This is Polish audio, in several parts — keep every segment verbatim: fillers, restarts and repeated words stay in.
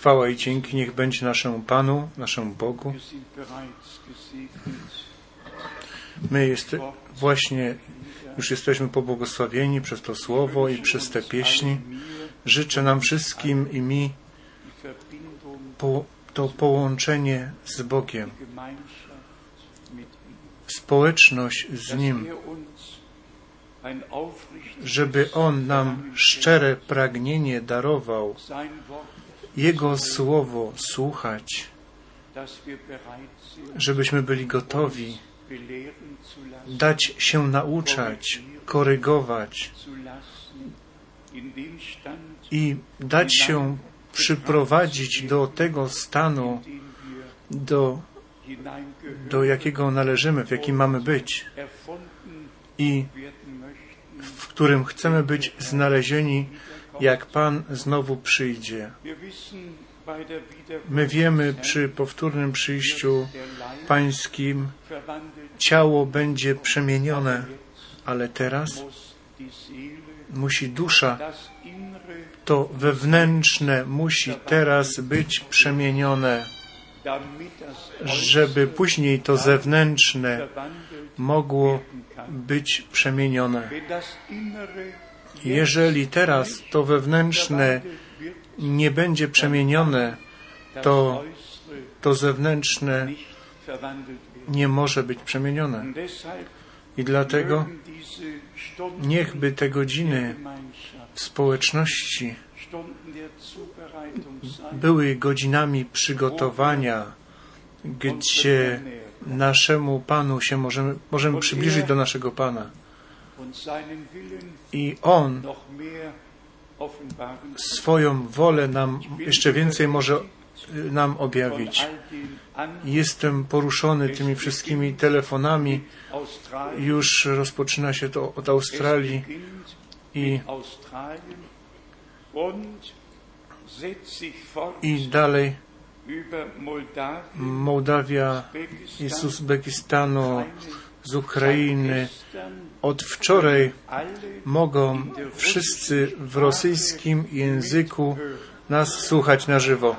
Chwała i dzięki niech będzie naszemu Panu, naszemu Bogu. My jest, właśnie już jesteśmy pobłogosławieni przez to słowo i przez te pieśni. Życzę nam wszystkim i mi po, to połączenie z Bogiem, społeczność z Nim, żeby On nam szczere pragnienie darował, Jego słowo słuchać, żebyśmy byli gotowi dać się nauczać, korygować i dać się przyprowadzić do tego stanu, do, do jakiego należymy, w jakim mamy być i w którym chcemy być znalezieni, jak Pan znowu przyjdzie. My wiemy, przy powtórnym przyjściu Pańskim ciało będzie przemienione, ale teraz musi dusza, to wewnętrzne musi teraz być przemienione, żeby później to zewnętrzne mogło być przemienione. Jeżeli teraz to wewnętrzne nie będzie przemienione, to to zewnętrzne nie może być przemienione. I dlatego niechby te godziny w społeczności były godzinami przygotowania, gdzie naszemu Panu się możemy, możemy przybliżyć do naszego Pana. I On swoją wolę nam jeszcze więcej może nam objawić. Jestem poruszony tymi wszystkimi telefonami. Już rozpoczyna się to od Australii i, i dalej Mołdawia i z Uzbekistanu, z Ukrainy. Od wczoraj mogą wszyscy w rosyjskim języku nas słuchać na żywo.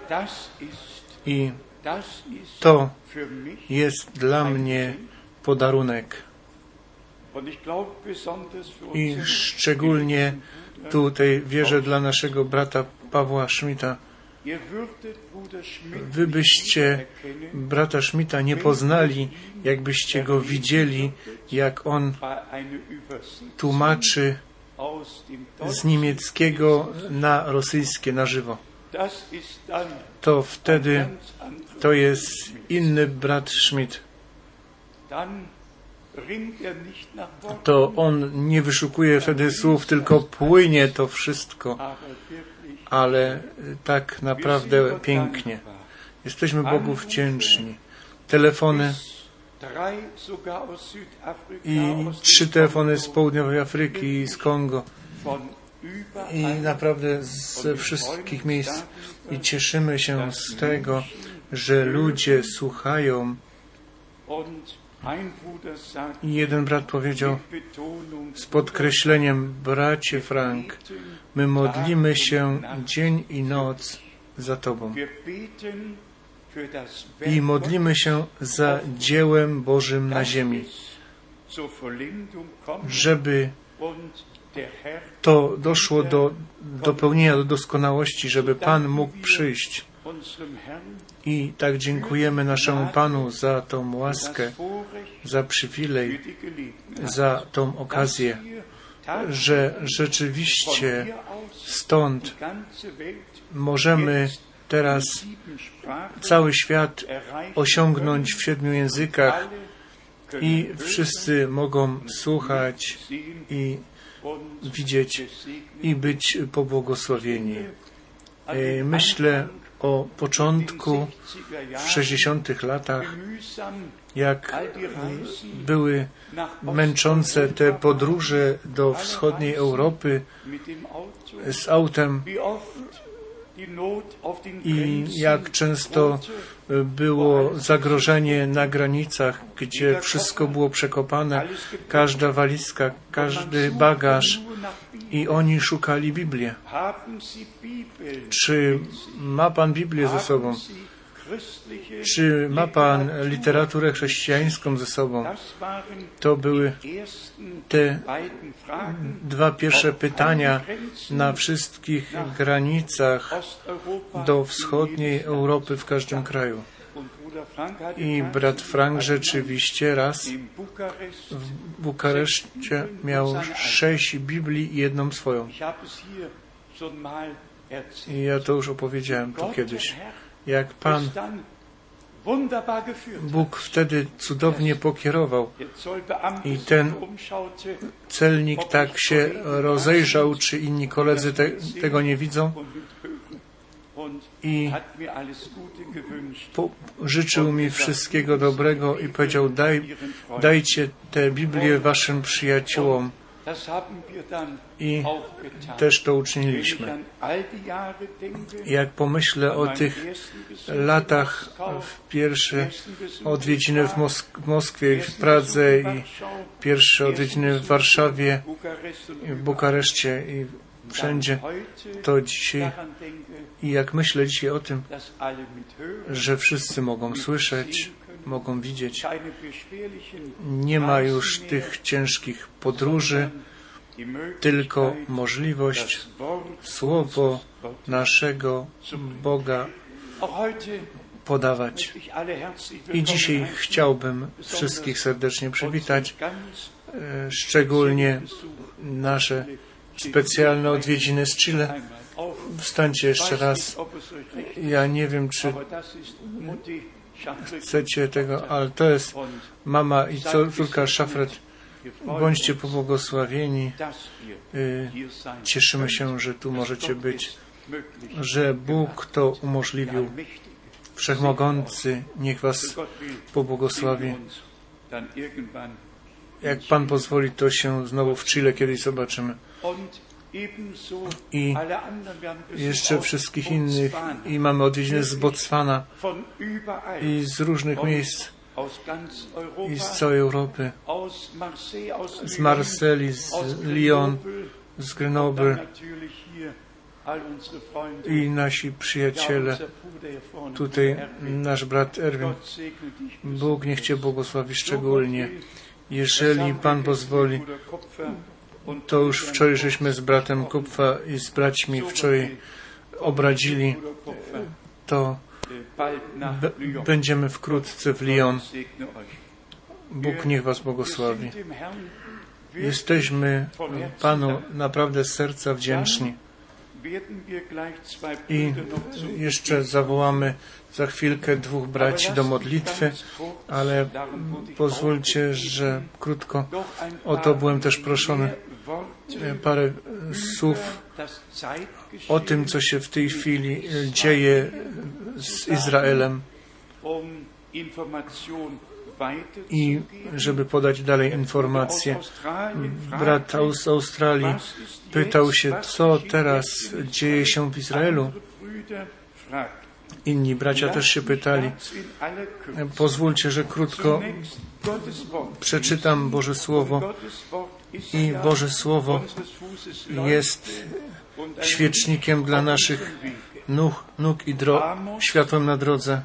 I to jest dla mnie podarunek. I szczególnie tutaj wierzę dla naszego brata Pawła Schmidta. Wy byście brata Schmidta nie poznali, jakbyście go widzieli, jak on tłumaczy z niemieckiego na rosyjskie na żywo. To wtedy to jest inny brat Schmidt. To on nie wyszukuje wtedy słów, tylko płynie to wszystko. Ale tak naprawdę pięknie. Jesteśmy Bogu wdzięczni. Telefony i trzy telefony z południowej Afryki i z Kongo. I naprawdę ze wszystkich miejsc. I cieszymy się z tego, że ludzie słuchają. I jeden brat powiedział z podkreśleniem: bracie Frank, my modlimy się dzień i noc za Tobą. I modlimy się za dziełem Bożym na ziemi, żeby to doszło do dopełnienia, do doskonałości, żeby Pan mógł przyjść. I tak dziękujemy naszemu Panu za tą łaskę, za przywilej, za tą okazję, że rzeczywiście stąd możemy teraz cały świat osiągnąć w siedmiu językach i wszyscy mogą słuchać i widzieć i być pobłogosławieni. Myślę o początku w sześćdziesiątych latach, jak były męczące te podróże do wschodniej Europy z autem, i jak często było zagrożenie na granicach, gdzie wszystko było przekopane, każda walizka, każdy bagaż i oni szukali Biblię. Czy ma Pan Biblię ze sobą? Czy ma Pan literaturę chrześcijańską ze sobą? To były te dwa pierwsze pytania na wszystkich granicach do wschodniej Europy w każdym kraju. I brat Frank rzeczywiście raz w Bukareszcie miał sześć Biblii i jedną swoją. I ja to już opowiedziałem tu kiedyś. Jak Pan Bóg wtedy cudownie pokierował i ten celnik tak się rozejrzał, czy inni koledzy te, tego nie widzą i po, życzył mi wszystkiego dobrego i powiedział, daj, dajcie tę Biblię waszym przyjaciołom. I też to uczyniliśmy. Jak pomyślę o tych latach w pierwsze odwiedziny w, Mosk- w Moskwie i w Pradze i pierwsze odwiedziny w Warszawie, i w Bukareszcie i wszędzie, to dzisiaj i jak myślę dzisiaj o tym, że wszyscy mogą słyszeć, mogą widzieć, nie ma już tych ciężkich podróży, tylko możliwość Słowo naszego Boga podawać. I dzisiaj chciałbym wszystkich serdecznie przywitać, szczególnie nasze specjalne odwiedziny z Chile. Wstańcie jeszcze raz. Ja nie wiem, czy chcecie tego, ale to jest mama i córka Szafret. Bądźcie pobłogosławieni. Cieszymy się, że tu możecie być, że Bóg to umożliwił. Wszechmogący, niech was pobłogosławi. Jak Pan pozwoli, to się znowu w Chile kiedyś zobaczymy. I jeszcze wszystkich innych. I mamy odwiedziny z Botswana i z różnych miejsc. I z całej Europy, z Marsylii, z Lyon, z Grenoble i nasi przyjaciele, tutaj nasz brat Erwin. Bóg niech Cię błogosławi szczególnie. Jeżeli Pan pozwoli, to już wczoraj żeśmy z bratem Kupfa i z braćmi wczoraj obradzili, to B- będziemy wkrótce w Lyon. Bóg niech was błogosławi. Jesteśmy Panu naprawdę z serca wdzięczni. I jeszcze zawołamy za chwilkę dwóch braci do modlitwy, ale pozwólcie, że krótko o to byłem też proszony. Parę słów o tym, co się w tej chwili dzieje z Izraelem i żeby podać dalej informacje. Brat z Australii pytał się, co teraz dzieje się w Izraelu. Inni bracia też się pytali. Pozwólcie, że krótko przeczytam Boże Słowo. I Boże Słowo jest świecznikiem dla naszych nóg, nóg i dro- światłem na drodze.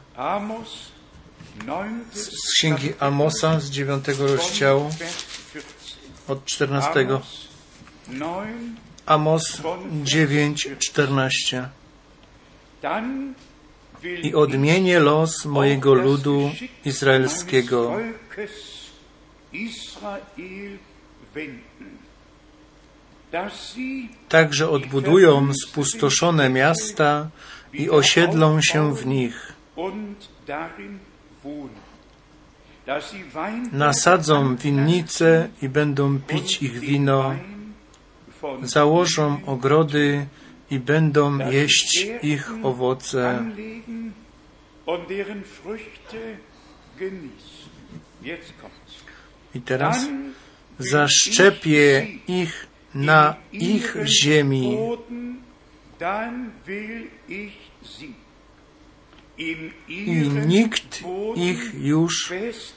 Z księgi Amosa z dziewiątego rozdziału od czternastego. Amos dziewięć, czternaście. I odmienię los mojego ludu izraelskiego. Także odbudują spustoszone miasta i osiedlą się w nich. Nasadzą winnice i będą pić ich wino. Założą ogrody i będą jeść ich owoce. I teraz zaszczepię ich na ich ziemi i nikt ich już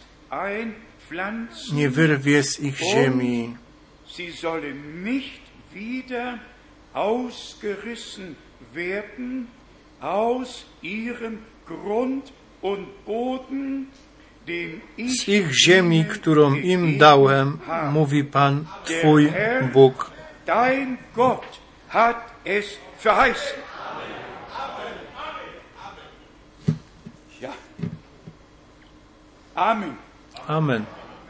nie wyrwie z ich ziemi. Sie sollen nicht wieder ausgerissen werden aus ihrem Grund und Boden, den ich z ich ziemi, którą im dałem, mówi Pan, Twój Bóg. Dein Gott hat es verheißen. Ja. Amen. Amen.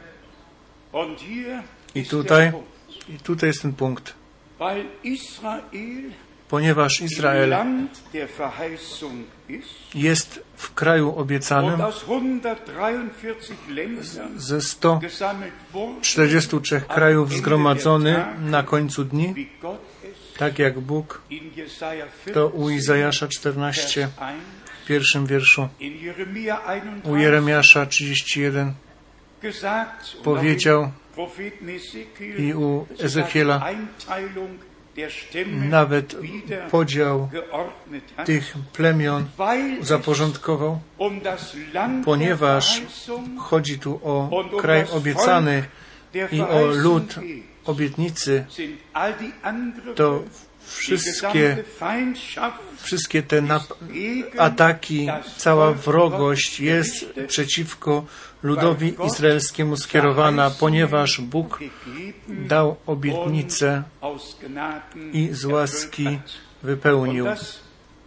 Und hier I tutaj, i tutaj jest ten punkt. weil Israel Ponieważ Izrael Land der Verheißung ist jest w kraju obiecanym, und aus hundertdreiundvierzig Ländern ze sto gesammelt wurde, czterdziestu trzech krajów zgromadzony na końcu dni, wie Gott es tak jak Bóg, in Jesaja to u vierzehn, Izajasza czternaście, Vers eins, w pierwszym wierszu, in Jeremia u einunddreißig Jeremiasza trzydzieści jeden gesagt und powiedział auch im Propheten Ezekiel i u sogar Ezechiela die Einteilung der Stämme nawet wieder podział geordnet hat, tych plemion weil es zaporządkował, um das Land ponieważ der Verheißung chodzi tu o und um kraj das obiecany Volk der i o lud Verheißung geht, obietnicy, sind all die Angriffe, to die wszystkie, gesamte Feindschaft, wszystkie te nap- ataki, cała wrogość jest przeciwko ludowi izraelskiemu skierowana, ponieważ Bóg dał obietnicę aus Gnaden i z erfüllt łaski hat. wypełnił. Und das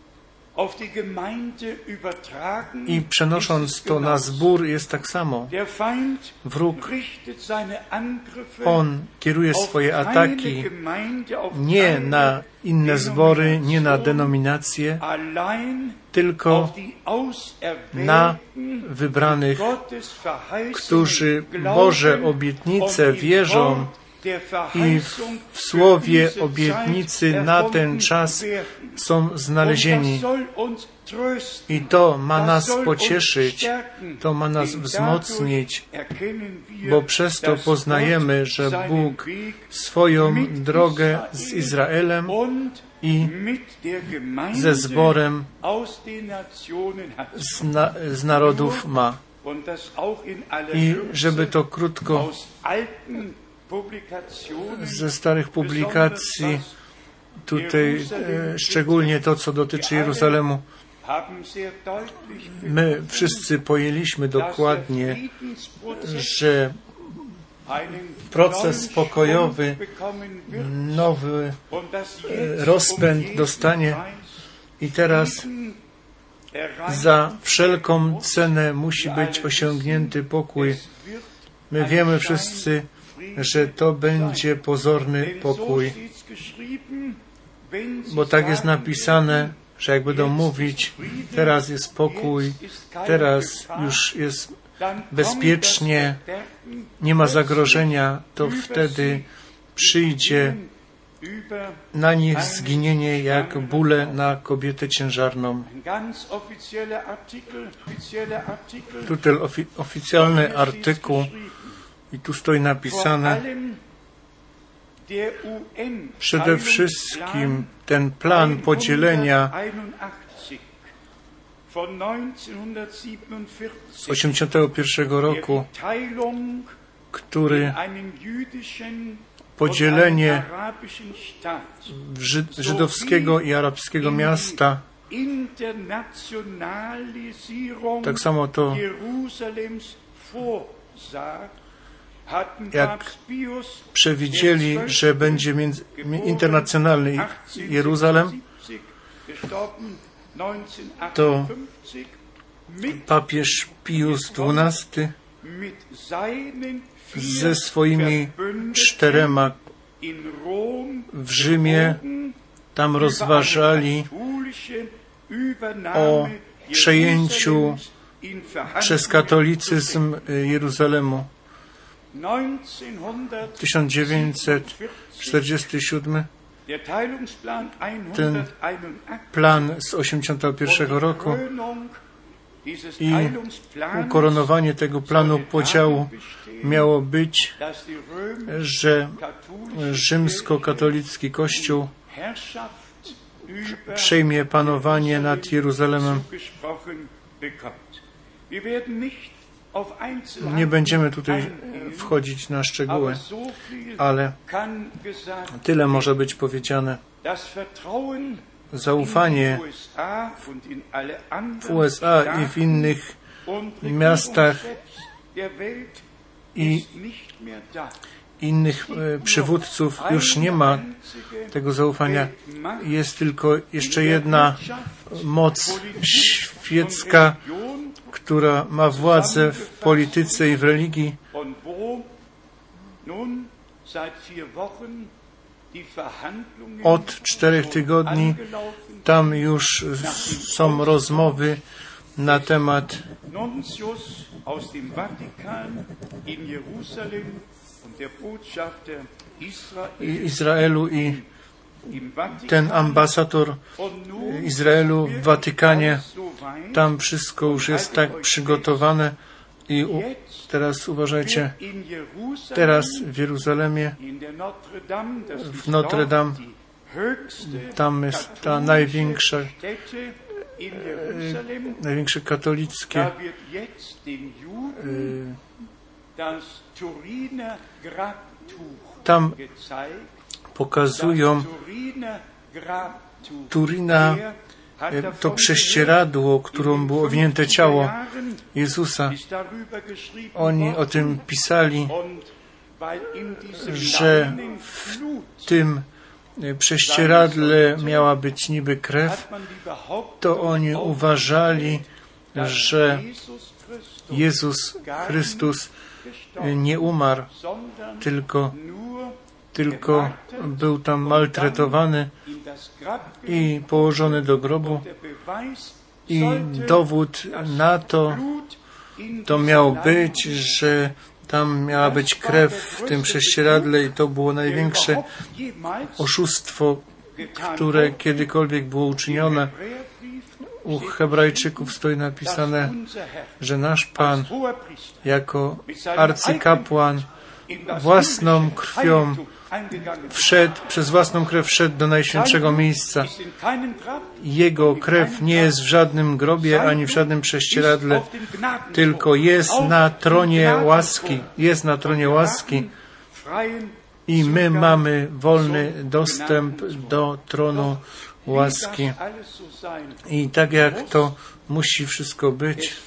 auf die Gemeinde übertragen, I przenosząc ist es to na genauso. zbór jest tak samo. Der Feind Wróg, richtet seine Angriffe on kieruje auf swoje keine ataki Gemeinde, auf nie keine na inne zbory, nie na Denomination, denominacje, allein tylko auf die auserwählten, na wybranych, Gottes Verheißungen którzy glauben Boże obietnice und im wierzą Wort der i w, Verheißung w słowie für diese obietnicy Zeit na ten erfunden czas werden. są Und das znalezieni. soll uns trösten. I to ma Das nas soll uns pocieszyć, stärken. to ma nas Denn wzmocnić, dadurch erkennen wir, bo przez to dass poznajemy, Gott że seinen Bóg Weg swoją mit drogę z Israel Izraelem und i mit der Gemeinde ze zborem aus den Nationen hat. z, na, z narodów ma. Und das auch in aller I Kürze żeby to krótko aus alten Publikationen, ze starych publikacji, tutaj e, szczególnie to, co dotyczy Jeruzalemu, haben sehr deutlich my wszyscy pojęliśmy dass der dokładnie, Friedensprozess że einen proces neuen pokojowy, Schwung bekommen wird nowy und dass e, jetzt rozpęd um jeden dostanie Preis i teraz Frieden erreicht za wszelką cenę musi być osiągnięty pokój. es wird My wiemy wszyscy, że to będzie pozorny denn so pokój, steht's geschrieben, wenn Sie bo tak jest sagen napisane, że jak będą mówić, teraz jest pokój, teraz już jest dann kommt bezpiecznie, das Verderben nie ma zagrożenia, to wtedy przyjdzie über na nich zginienie jak bóle na kobietę ciężarną. ein ganz offizieller Artikel, offizieller Artikel, Tutaj ofi- oficjalny artykuł i tu stoi vor napisane, allem der U N przede wszystkim ten plan podzielenia einundachtzig von neunzehnhundertsiebenundvierzig z osiemdziesiątego pierwszego der roku, Teilung który in einen jüdischen podzielenie und einen arabischen Staat w Żyd- żydowskiego i arabskiego miasta, Internationalisierung tak samo to Jerusalems vorsah, hatten jak Papst Pius przewidzieli, że będzie między, internacjonalny Jeruzalem, gestorben to neunzehnhundertachtundfünfzig, mit, papież Pius dwunasty mit seinen ze swoimi czterema in Rom w Rzymie tam rozważali o przejęciu przez katolicyzm Jeruzalemu. tysiąc dziewięćset czterdziesty siódmy ten plan z osiemdziesiątego pierwszego roku i ukoronowanie tego planu podziału miało być, że rzymskokatolicki Kościół przejmie panowanie nad Jeruzalemem. Nie będziemy tutaj wchodzić na szczegóły, ale tyle może być powiedziane. Zaufanie w U S A i w innych miastach i innych przywódców już nie ma tego zaufania. Jest tylko jeszcze jedna moc świecka, która ma władzę w polityce i w religii. Od czterech tygodni tam już są rozmowy na temat Izraelu i ten ambasador Izraelu w Watykanie, tam wszystko już jest tak przygotowane i u, teraz uważajcie, teraz w Jeruzalemie, w Notre Dame, tam jest ta największa, e, największe katolickie e, tam pokazują Turina, to prześcieradło, którą było owinięte ciało Jezusa. Oni o tym pisali, że w tym prześcieradle miała być niby krew, to oni uważali, że Jezus Chrystus nie umarł, tylko tylko był tam maltretowany i położony do grobu. I dowód na to, to miał być, że tam miała być krew w tym prześcieradle i to było największe oszustwo, które kiedykolwiek było uczynione. U Hebrajczyków stoi napisane, że nasz Pan jako arcykapłan własną krwią wszedł, przez własną krew wszedł do najświętszego miejsca. Jego krew nie jest w żadnym grobie ani w żadnym prześcieradle, tylko jest na tronie łaski. Jest na tronie łaski i my mamy wolny dostęp do tronu łaski. I tak jak to musi wszystko być,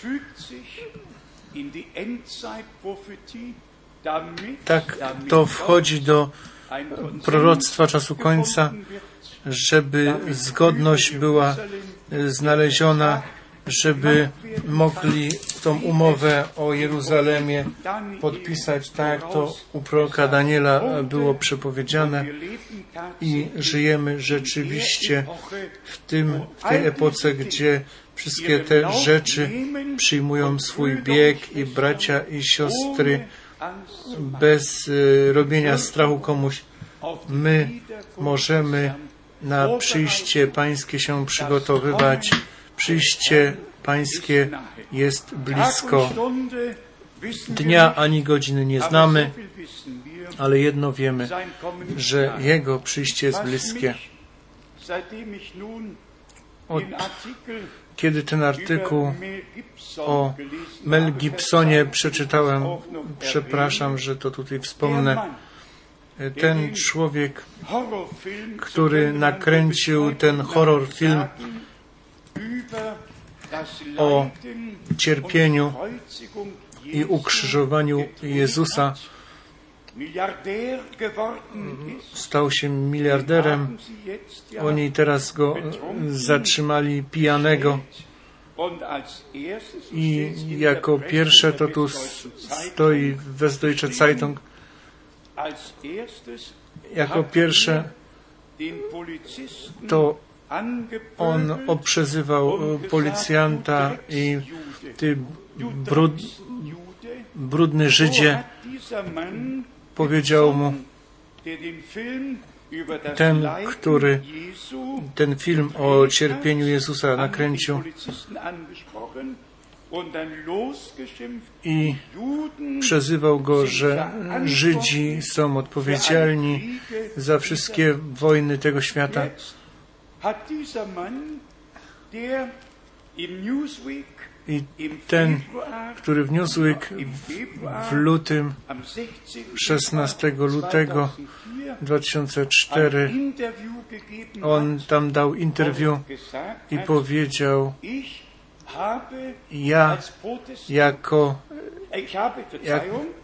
tak to wchodzi do proroctwa czasu końca, żeby zgodność była znaleziona, żeby mogli tą umowę o Jeruzalemie podpisać, tak jak to u proroka Daniela było przepowiedziane i żyjemy rzeczywiście w tym, w tej epoce, gdzie wszystkie te rzeczy przyjmują swój bieg i bracia i siostry bez y, robienia strachu komuś. My możemy na przyjście Pańskie się przygotowywać. Przyjście Pańskie jest blisko. Dnia ani godziny nie znamy, ale jedno wiemy, że Jego przyjście jest bliskie. Od kiedy ten artykuł o Mel Gibsonie przeczytałem, przepraszam, że to tutaj wspomnę, ten człowiek, który nakręcił ten horror film o cierpieniu i ukrzyżowaniu Jezusa, stał się miliarderem. Oni teraz go zatrzymali pijanego i jako pierwsze to tu stoi w Westdeutsche Zeitung, jako pierwsze to on oprzezywał policjanta i ty brud, brudny Żydzie, powiedział mu, ten, który ten film o cierpieniu Jezusa nakręcił i przezywał go, że Żydzi są odpowiedzialni za wszystkie wojny tego świata. I ten, który w Newsweek w lutym, szesnastego lutego dwa tysiące czwartego, on tam dał interwiu i powiedział: ja jako jak,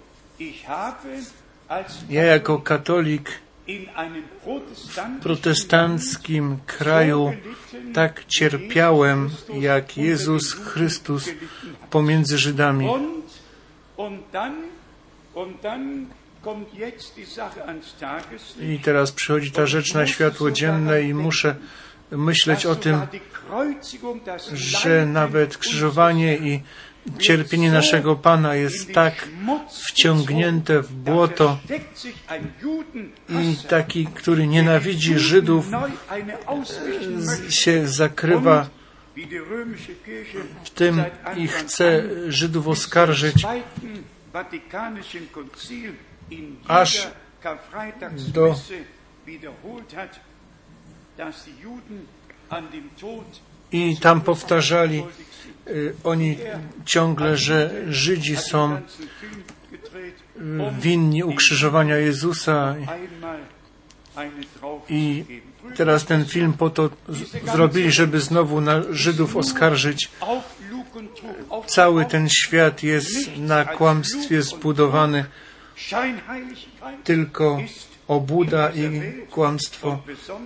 ja jako katolik w protestanckim kraju tak cierpiałem jak Jezus Chrystus pomiędzy Żydami. I teraz przychodzi ta rzecz na światło dzienne i muszę myśleć o tym, że nawet krzyżowanie i cierpienie naszego Pana jest tak wciągnięte w błoto i taki, który nienawidzi Żydów, się zakrywa w tym i chce Żydów oskarżyć, aż do i tam powtarzali oni ciągle, że Żydzi są winni ukrzyżowania Jezusa. I teraz ten film po to zrobili, żeby znowu na Żydów oskarżyć. Cały ten świat jest na kłamstwie zbudowany. Tylko obłuda i kłamstwo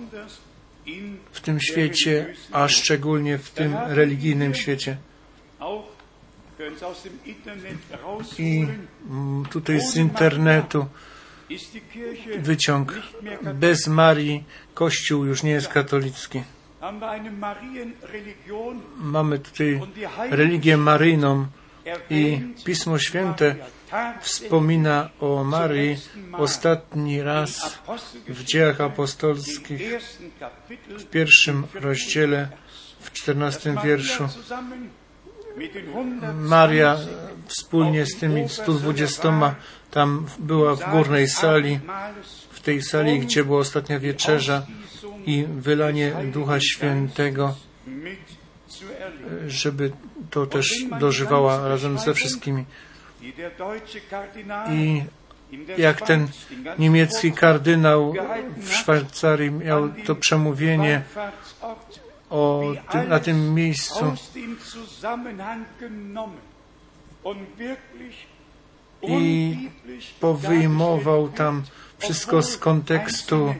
w tym świecie, a szczególnie w tym religijnym świecie. I tutaj z internetu wyciąg. Bez Marii Kościół już nie jest katolicki. Mamy tutaj religię maryjną i Pismo Święte wspomina o Marii ostatni raz w Dziejach Apostolskich w pierwszym rozdziale w czternastym wierszu. Maria wspólnie z tymi stu dwudziestoma tam była w górnej sali, w tej sali, gdzie była ostatnia wieczerza i wylanie Ducha Świętego, żeby to też dożywała razem ze wszystkimi. I jak ten niemiecki kardynał w Szwajcarii miał to przemówienie o tym, na tym miejscu i powyjmował tam wszystko z kontekstu,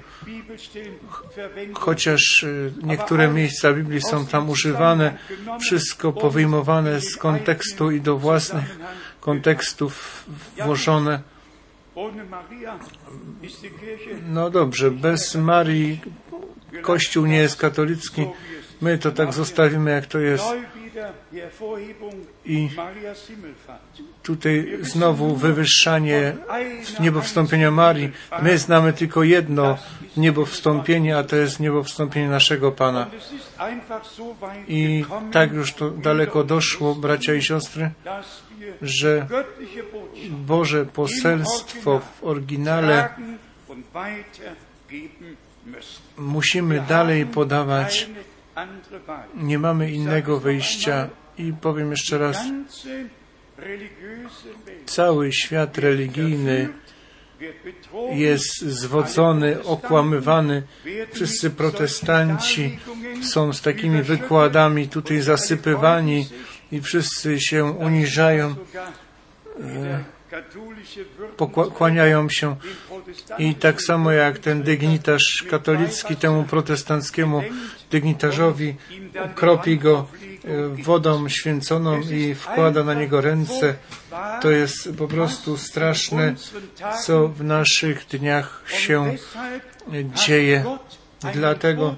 chociaż niektóre miejsca Biblii są tam używane, wszystko powyjmowane z kontekstu i do własnych kontekstów włożone. No dobrze, bez Marii Kościół nie jest katolicki. My to tak zostawimy, jak to jest. I tutaj znowu wywyższanie niebowstąpienia Marii. My znamy tylko jedno niebowstąpienie, a to jest niebowstąpienie naszego Pana. I tak już to daleko doszło, bracia i siostry, że Boże poselstwo w oryginale musimy dalej podawać. Nie mamy innego wyjścia. I powiem jeszcze raz, cały świat religijny jest zwodzony, okłamywany. Wszyscy protestanci są z takimi wykładami tutaj zasypywani i wszyscy się uniżają, pokłaniają się. I tak samo jak ten dygnitarz katolicki temu protestanckiemu dygnitarzowi kropi go wodą święconą i wkłada na niego ręce. To jest po prostu straszne, co w naszych dniach się dzieje. Dlatego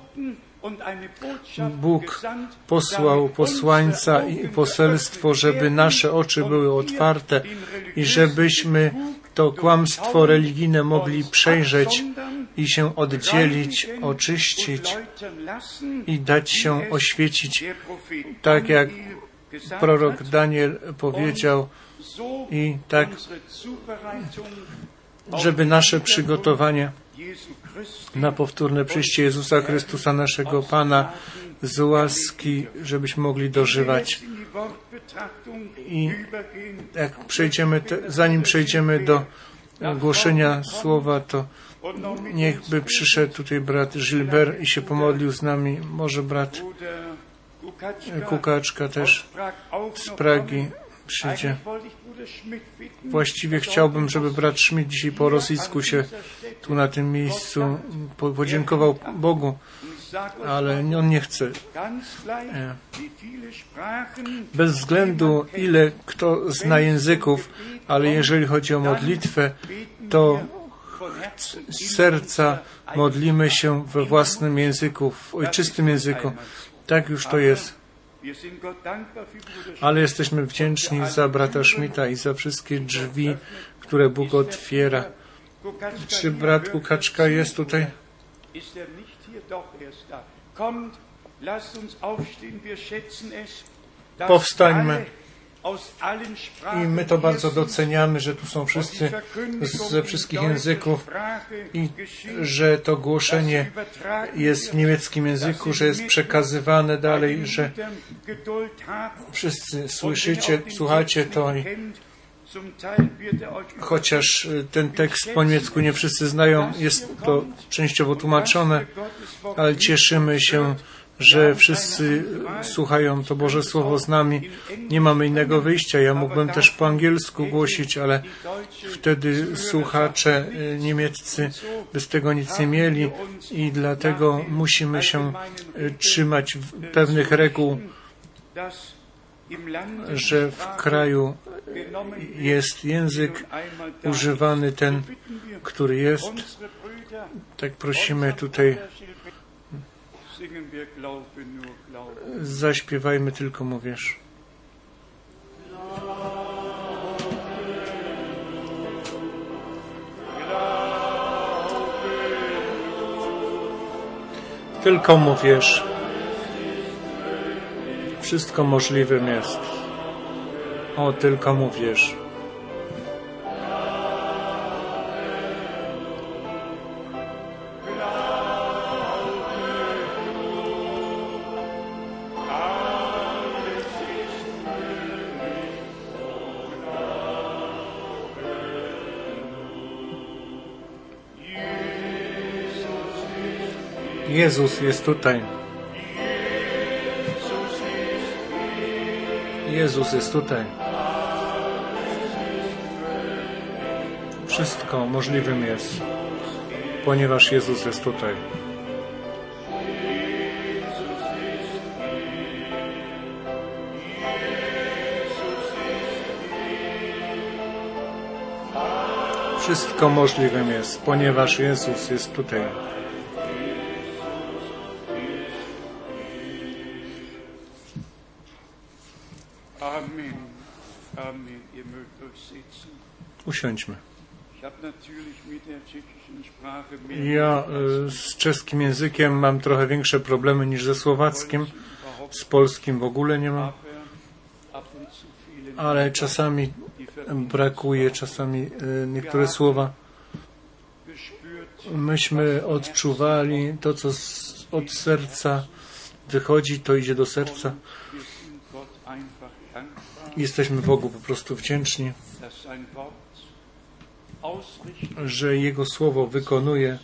Bóg posłał posłańca i poselstwo, żeby nasze oczy były otwarte i żebyśmy to kłamstwo religijne mogli przejrzeć i się oddzielić, oczyścić i dać się oświecić, tak jak prorok Daniel powiedział, i tak, żeby nasze przygotowanie na powtórne przyjście Jezusa Chrystusa, naszego Pana, z łaski, żebyśmy mogli dożywać. I jak przejdziemy, te, zanim przejdziemy do głoszenia słowa, to niechby przyszedł tutaj brat Gilbert i się pomodlił z nami. Może brat Kukaczka też z Pragi przyjdzie. Właściwie chciałbym, żeby brat Schmidt dzisiaj po rosyjsku się tu na tym miejscu podziękował Bogu, ale on nie chce. Bez względu, ile kto zna języków, ale jeżeli chodzi o modlitwę, to z serca modlimy się we własnym języku, w ojczystym języku. Tak już to jest. Ale jesteśmy wdzięczni za brata Schmidta i za wszystkie drzwi, które Bóg otwiera. Czy brat Kukaczka jest tutaj? Powstańmy. I my to bardzo doceniamy, że tu są wszyscy ze wszystkich języków i że to głoszenie jest w niemieckim języku, że jest przekazywane dalej, że wszyscy słyszycie, słuchacie to i chociaż ten tekst po niemiecku nie wszyscy znają, jest to częściowo tłumaczone, ale cieszymy się, że wszyscy słuchają to Boże Słowo z nami. Nie mamy innego wyjścia. Ja mógłbym też po angielsku głosić, ale wtedy słuchacze niemieccy by z tego nic nie mieli i dlatego musimy się trzymać pewnych reguł, że w kraju jest język używany ten, który jest. Tak prosimy tutaj. Zaśpiewajmy tylko mu wiersz. Tylko mu wierz. Wszystko możliwym jest. O, tylko mu wierz. Jezus jest tutaj. Jezus jest tutaj. Wszystko możliwym jest, ponieważ Jezus jest tutaj. Wszystko możliwym jest, ponieważ Jezus jest tutaj. Usiądźmy. Ja z czeskim językiem mam trochę większe problemy niż ze słowackim. Z polskim w ogóle nie mam. Ale czasami brakuje, czasami niektóre słowa. Myśmy odczuwali to, co z, od serca wychodzi, to idzie do serca. Jesteśmy Bogu po prostu wdzięczni, że Jego Słowo wykonuje.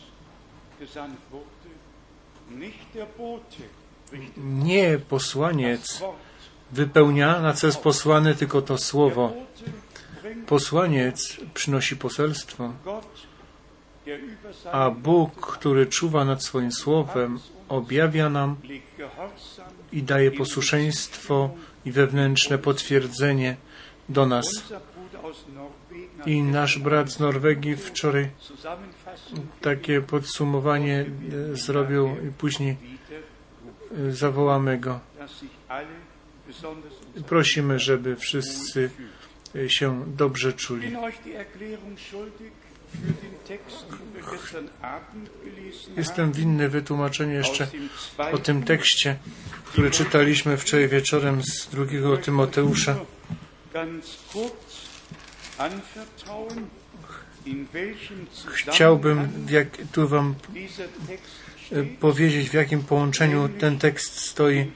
Nie posłaniec wypełnia, na co jest posłany, tylko to Słowo. Posłaniec przynosi poselstwo, a Bóg, który czuwa nad swoim Słowem, objawia nam i daje posłuszeństwo i wewnętrzne potwierdzenie do nas. I nasz brat z Norwegii wczoraj takie podsumowanie zrobił i później zawołamy go. Prosimy, żeby wszyscy się dobrze czuli. Jestem winny wytłumaczenie jeszcze o tym tekście, który czytaliśmy wczoraj wieczorem z drugiego Tymoteusza. Chciałbym, jak tu wam powiedzieć, w jakim połączeniu ten tekst stoi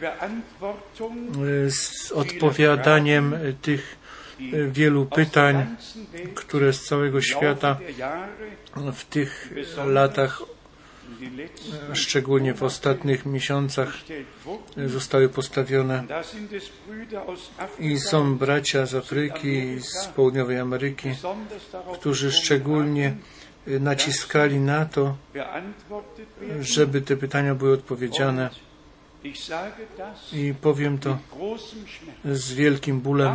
z odpowiadaniem tych wielu pytań, które z całego świata w tych latach, szczególnie w ostatnich miesiącach, zostały postawione. I są bracia z Afryki, z Południowej Ameryki, którzy szczególnie naciskali na to, żeby te pytania były odpowiedziane. I powiem to z wielkim bólem.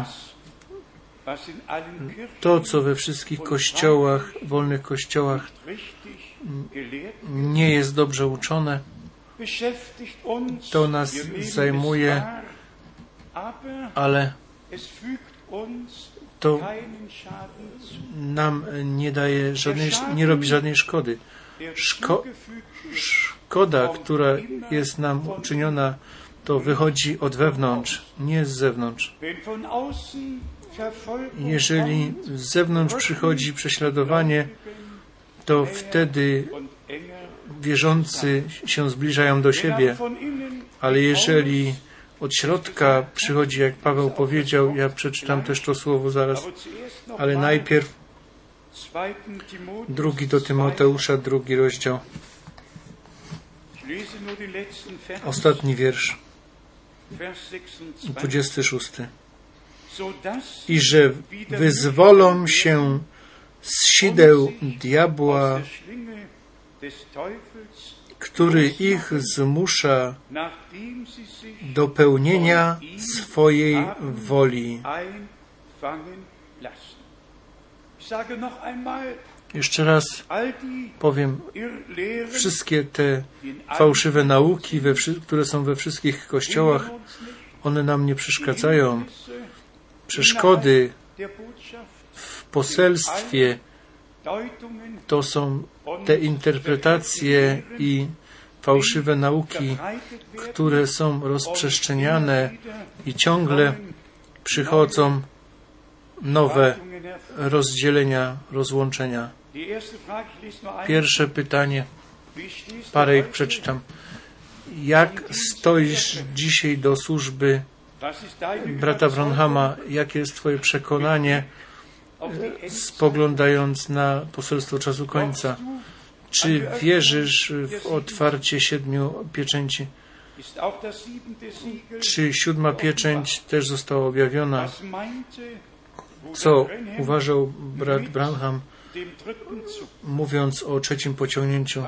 To, co we wszystkich kościołach, wolnych kościołach nie jest dobrze uczone, to nas zajmuje, ale to nam nie daje żadnej, nie robi żadnej szkody. Szko, szkoda, która jest nam uczyniona, to wychodzi od wewnątrz, nie z zewnątrz. Jeżeli z zewnątrz przychodzi prześladowanie, to wtedy wierzący się zbliżają do siebie, ale jeżeli od środka przychodzi, jak Paweł powiedział, ja przeczytam też to słowo zaraz, ale najpierw drugi do Tymoteusza, drugi rozdział, ostatni wiersz, dwudziesty szósty. I że wyzwolą się z sideł diabła, który ich zmusza do pełnienia swojej woli. Jeszcze raz powiem, wszystkie te fałszywe nauki, we, które są we wszystkich kościołach, one nam nie przeszkadzają. Przeszkody w poselstwie to są te interpretacje i fałszywe nauki, które są rozprzestrzeniane i ciągle przychodzą nowe rozdzielenia, rozłączenia. Pierwsze pytanie, parę ich przeczytam. Jak stoisz dzisiaj do służby brata Branhama? Jakie jest Twoje przekonanie, spoglądając na poselstwo czasu końca? Czy wierzysz w otwarcie siedmiu pieczęci? Czy siódma pieczęć też została objawiona? Co uważał brat Branham, mówiąc o trzecim pociągnięciu?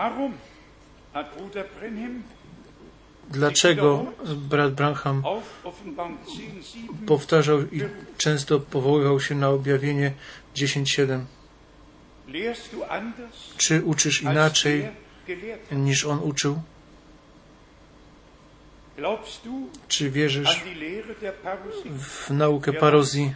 Dlaczego brat Branham powtarzał i często powoływał się na objawienie dziesięć siedem? Czy uczysz inaczej, niż on uczył? Czy wierzysz w naukę parozji?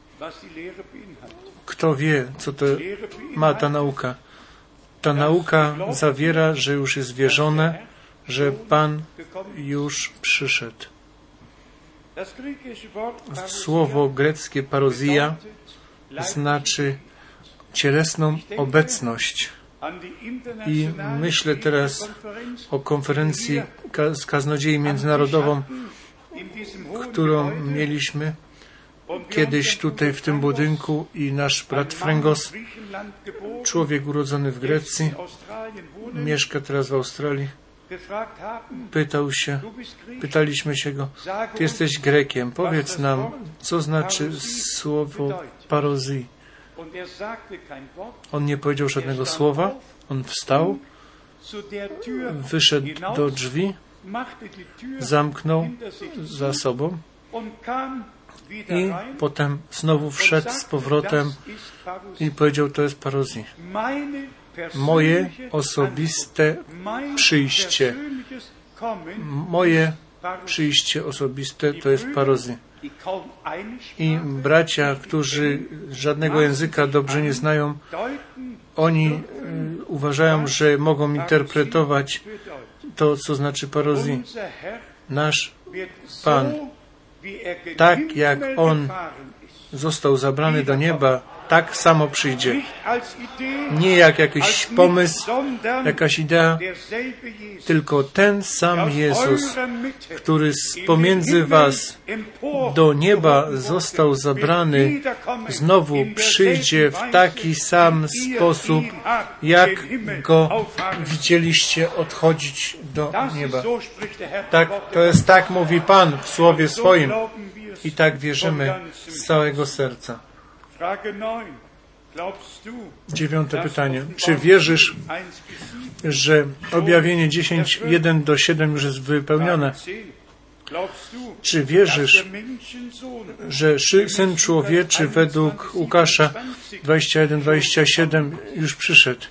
Kto wie, co to ma ta nauka? Ta nauka zawiera, że już jest wierzone, że Pan już przyszedł. Słowo greckie parozja znaczy cielesną obecność. I myślę teraz o konferencji z kaznodziei międzynarodową, którą mieliśmy kiedyś tutaj w tym budynku, i nasz brat Frengos, człowiek urodzony w Grecji, mieszka teraz w Australii, pytał się, pytaliśmy się go, ty jesteś Grekiem, powiedz nam, co znaczy słowo parozji. On nie powiedział żadnego słowa, on wstał, wyszedł do drzwi, zamknął za sobą i potem znowu wszedł z powrotem i powiedział, to jest parozja. Moje osobiste przyjście, moje przyjście osobiste to jest parozja. I bracia, którzy żadnego języka dobrze nie znają, oni y, uważają, że mogą interpretować to, co znaczy parozja. Nasz Pan, tak jak On został zabrany do nieba, tak samo przyjdzie. Nie jak jakiś pomysł, jakaś idea, tylko ten sam Jezus, który z pomiędzy was do nieba został zabrany, znowu przyjdzie w taki sam sposób, jak go widzieliście odchodzić do nieba. Tak, to jest tak, mówi Pan w Słowie swoim. I tak wierzymy z całego serca. Dziewiąte pytanie. Czy wierzysz, że objawienie dziesięć, jeden do siedem już jest wypełnione? Czy wierzysz, że Syn Człowieczy według Łukasza dwadzieścia jeden, dwadzieścia siedem już przyszedł?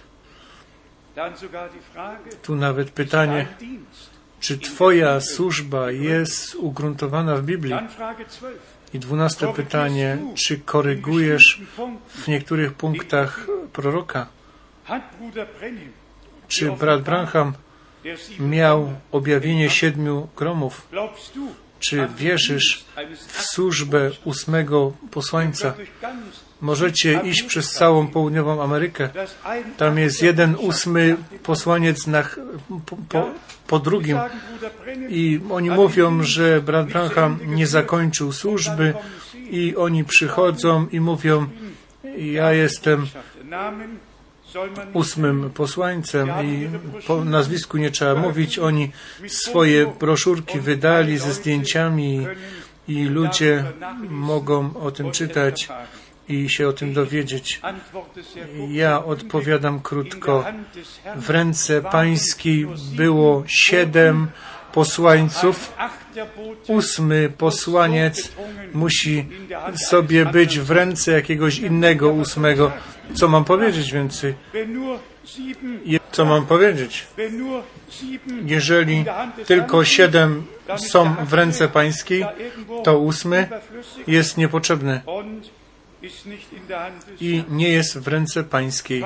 Tu nawet pytanie, czy Twoja służba jest ugruntowana w Biblii? I dwunaste pytanie, czy korygujesz w niektórych punktach proroka? Czy brat Branham miał objawienie siedmiu gromów? Czy wierzysz w służbę ósmego posłańca? Możecie iść przez całą południową Amerykę. Tam jest jeden ósmy posłaniec na, po, po, po drugim. I oni mówią, że brat Branham nie zakończył służby i oni przychodzą i mówią, ja jestem ósmym posłańcem i po nazwisku nie trzeba mówić. Oni swoje broszurki wydali ze zdjęciami i ludzie mogą o tym czytać i się o tym dowiedzieć. Ja odpowiadam krótko. W ręce Pańskiej było siedem posłańców. Ósmy posłaniec musi sobie być w ręce jakiegoś innego ósmego. Co mam powiedzieć więcej? Co mam powiedzieć? Jeżeli tylko siedem są w ręce Pańskiej, to ósmy jest niepotrzebny i nie jest w ręce Pańskiej.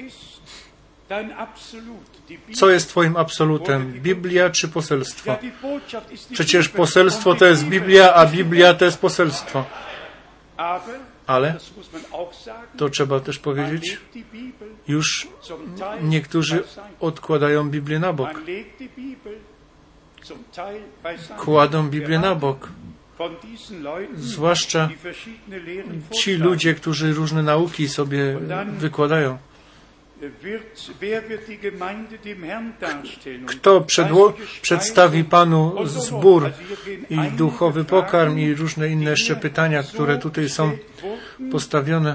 Co jest Twoim absolutem? Biblia czy poselstwo? Przecież poselstwo to jest Biblia, a Biblia to jest poselstwo. Ale, to trzeba też powiedzieć, już niektórzy odkładają Biblię na bok. Kładą Biblię na bok. Zwłaszcza ci ludzie, którzy różne nauki sobie wykładają. Kto przedło- przedstawi Panu zbór i duchowy pokarm i różne inne jeszcze pytania, które tutaj są postawione.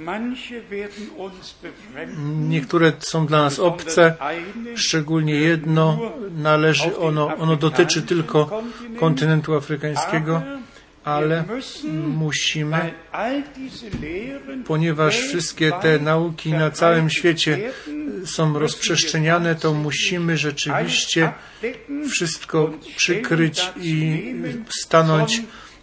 Niektóre są dla nas obce, szczególnie jedno należy, ono, ono dotyczy tylko kontynentu afrykańskiego, ale musimy, ponieważ wszystkie te nauki na całym świecie są rozprzestrzeniane, to musimy rzeczywiście wszystko przykryć i stanąć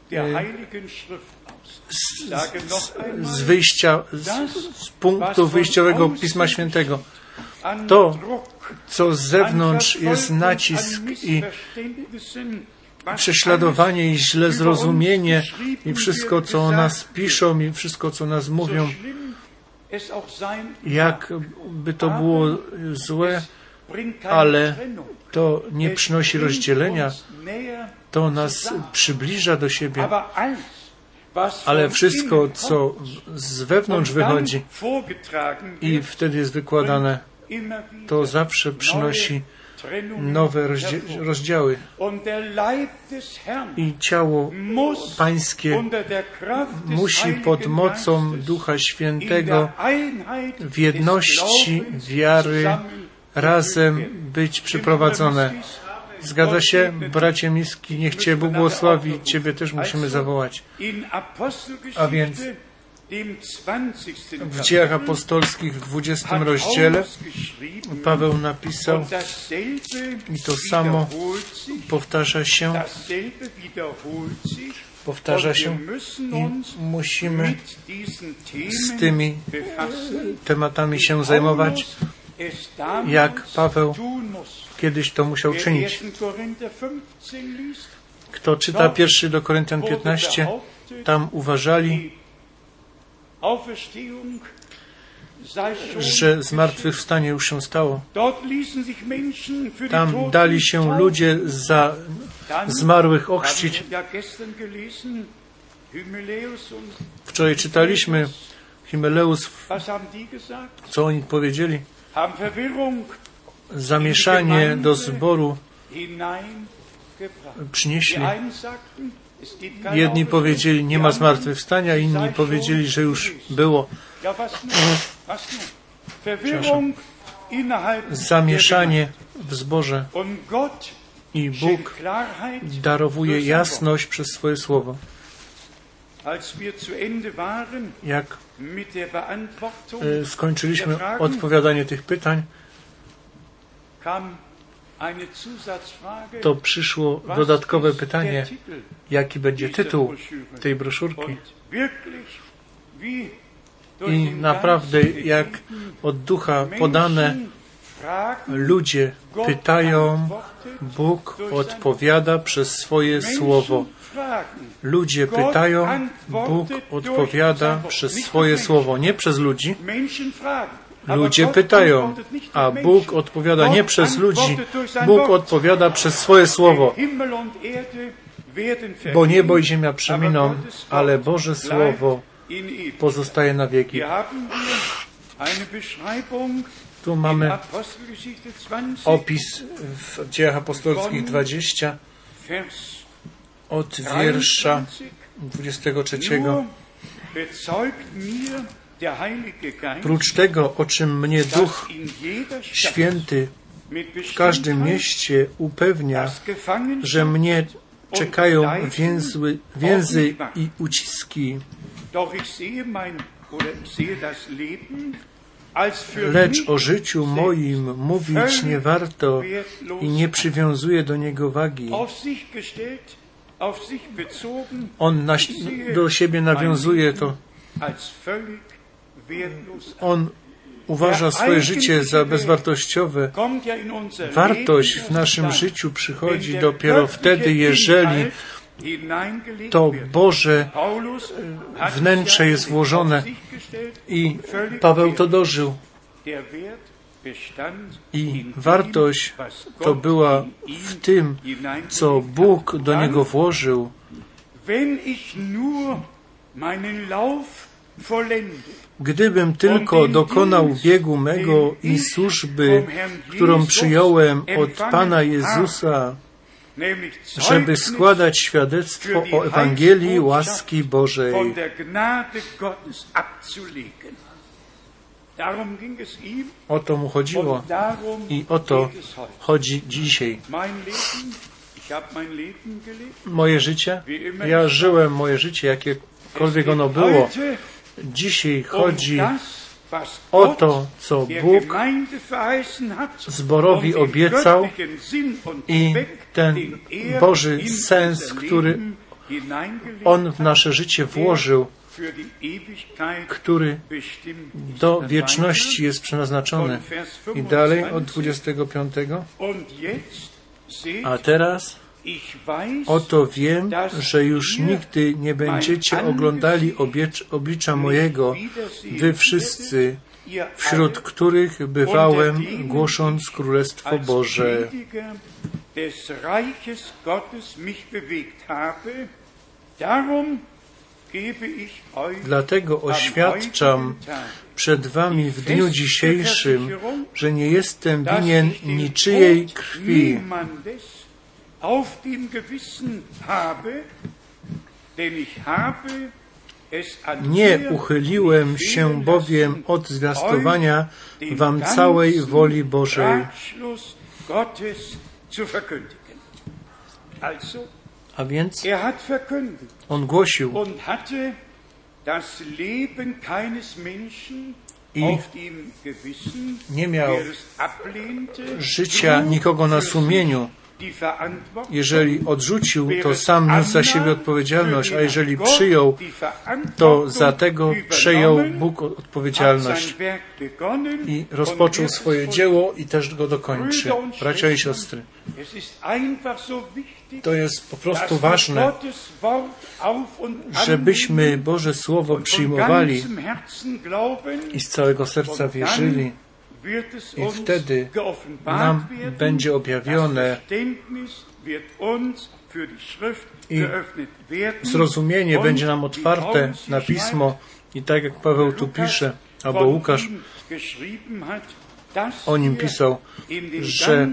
z, z, z wyjścia, z, z punktu wyjściowego Pisma Świętego. To, co z zewnątrz jest nacisk i prześladowanie i źle zrozumienie i wszystko, co o nas piszą i wszystko, co o nas mówią, jakby to było złe, ale to nie przynosi rozdzielenia, to nas przybliża do siebie. Ale wszystko, co z wewnątrz wychodzi i wtedy jest wykładane, to zawsze przynosi nowe rozdziały. I ciało Pańskie musi pod mocą Ducha Świętego w jedności wiary razem być przyprowadzone. Zgadza się? Bracie Miski, niech Cię Bóg błogosławi, Ciebie też musimy zawołać. A więc w Dziejach Apostolskich w dwudziestym rozdziale Paweł napisał i to samo powtarza się, powtarza się i musimy z tymi tematami się zajmować, jak Paweł kiedyś to musiał czynić. Kto czyta pierwszy do Koryntian piętnaście, tam uważali, że zmartwychwstanie już się stało. Tam dali się ludzie za zmarłych ochrzcić. Wczoraj czytaliśmy Himeleus, co oni powiedzieli. Zamieszanie do zboru przynieśli. Jedni powiedzieli, nie ma zmartwychwstania, inni powiedzieli, że już było. Zamieszanie w zborze i Bóg darowuje jasność przez swoje słowo. Jak skończyliśmy odpowiadanie tych pytań, to przyszło dodatkowe pytanie, jaki będzie tytuł tej broszurki. I naprawdę, jak od ducha podane, ludzie pytają, Bóg odpowiada przez swoje słowo. Ludzie pytają, Bóg odpowiada przez swoje słowo, nie przez ludzi. Ludzie pytają, a Bóg odpowiada nie przez ludzi. Bóg odpowiada przez swoje słowo. Bo niebo i ziemia przeminą, ale Boże Słowo pozostaje na wieki. Tu mamy opis w Dziejach Apostolskich dwadzieścia od wiersza dwudziestego trzeciego. Prócz tego, o czym mnie Duch Święty w każdym mieście upewnia, że mnie czekają więzły, więzy i uciski. Lecz o życiu moim mówić nie warto i nie przywiązuję do niego wagi. On na, do siebie nawiązuje to. On uważa swoje życie za bezwartościowe. Wartość w naszym życiu przychodzi dopiero wtedy, jeżeli to Boże wnętrze jest włożone. I Paweł to dożył. I wartość to była w tym, co Bóg do niego włożył. Gdybym tylko dokonał biegu mego i służby, którą przyjąłem od Pana Jezusa, żeby składać świadectwo o Ewangelii łaski Bożej. O to mu chodziło i o to chodzi dzisiaj. Moje życie? Ja żyłem moje życie, jakiekolwiek ono było. Dzisiaj chodzi o to, co Bóg zborowi obiecał i ten Boży sens, który On w nasze życie włożył, który do wieczności jest przeznaczony. I dalej od dwudziestego piątego. A teraz oto wiem, że już nigdy nie będziecie oglądali oblicza mojego, wy wszyscy, wśród których bywałem, głosząc Królestwo Boże. Dlatego oświadczam przed wami w dniu dzisiejszym, że nie jestem winien niczyjej krwi. Nie uchyliłem się bowiem od zwiastowania wam całej woli Bożej. A więc on głosił i nie miał życia nikogo na sumieniu. Jeżeli odrzucił, to sam niósł za siebie odpowiedzialność, a jeżeli przyjął, to za tego przejął Bóg odpowiedzialność i rozpoczął swoje dzieło i też go dokończy. Bracia i siostry, to jest po prostu ważne, żebyśmy Boże Słowo przyjmowali i z całego serca wierzyli. I wtedy nam będzie objawione i zrozumienie będzie nam otwarte na Pismo. I tak jak Paweł tu pisze, albo Łukasz o nim pisał, że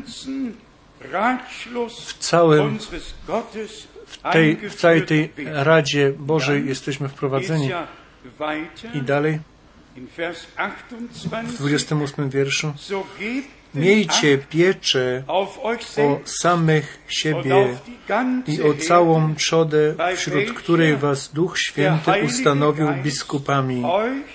w całym, w, tej, w całej tej Radzie Bożej jesteśmy wprowadzeni. I dalej w dwudziestym ósmym wierszu: miejcie pieczę o samych siebie i o całą trzodę, wśród której was Duch Święty ustanowił biskupami,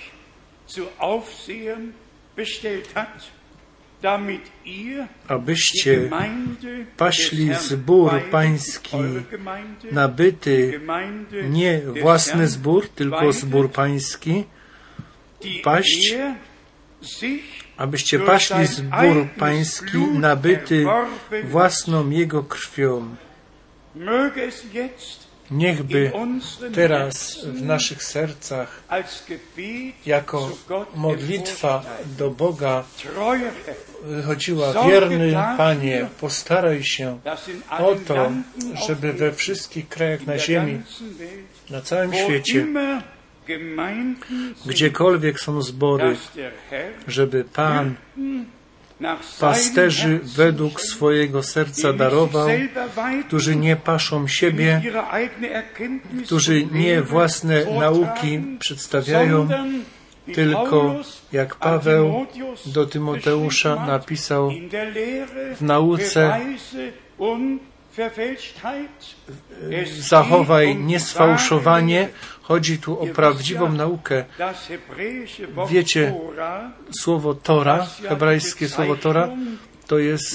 abyście paśli zbór pański, nabyty, nie własny zbór, tylko zbór pański, paść, abyście paśli zbór pański, nabyty własną Jego krwią. Niechby teraz w naszych sercach jako modlitwa do Boga wychodziła: wierny Panie, postaraj się o to, żeby we wszystkich krajach na ziemi, na całym świecie, gdziekolwiek są zbory, żeby Pan pasterzy według swojego serca darował, którzy nie paszą siebie, którzy nie własne nauki przedstawiają, tylko jak Paweł do Tymoteusza napisał, w nauce zachowaj niesfałszowanie. Chodzi tu o prawdziwą naukę. Wiecie, słowo Tora, hebrajskie słowo Tora, to jest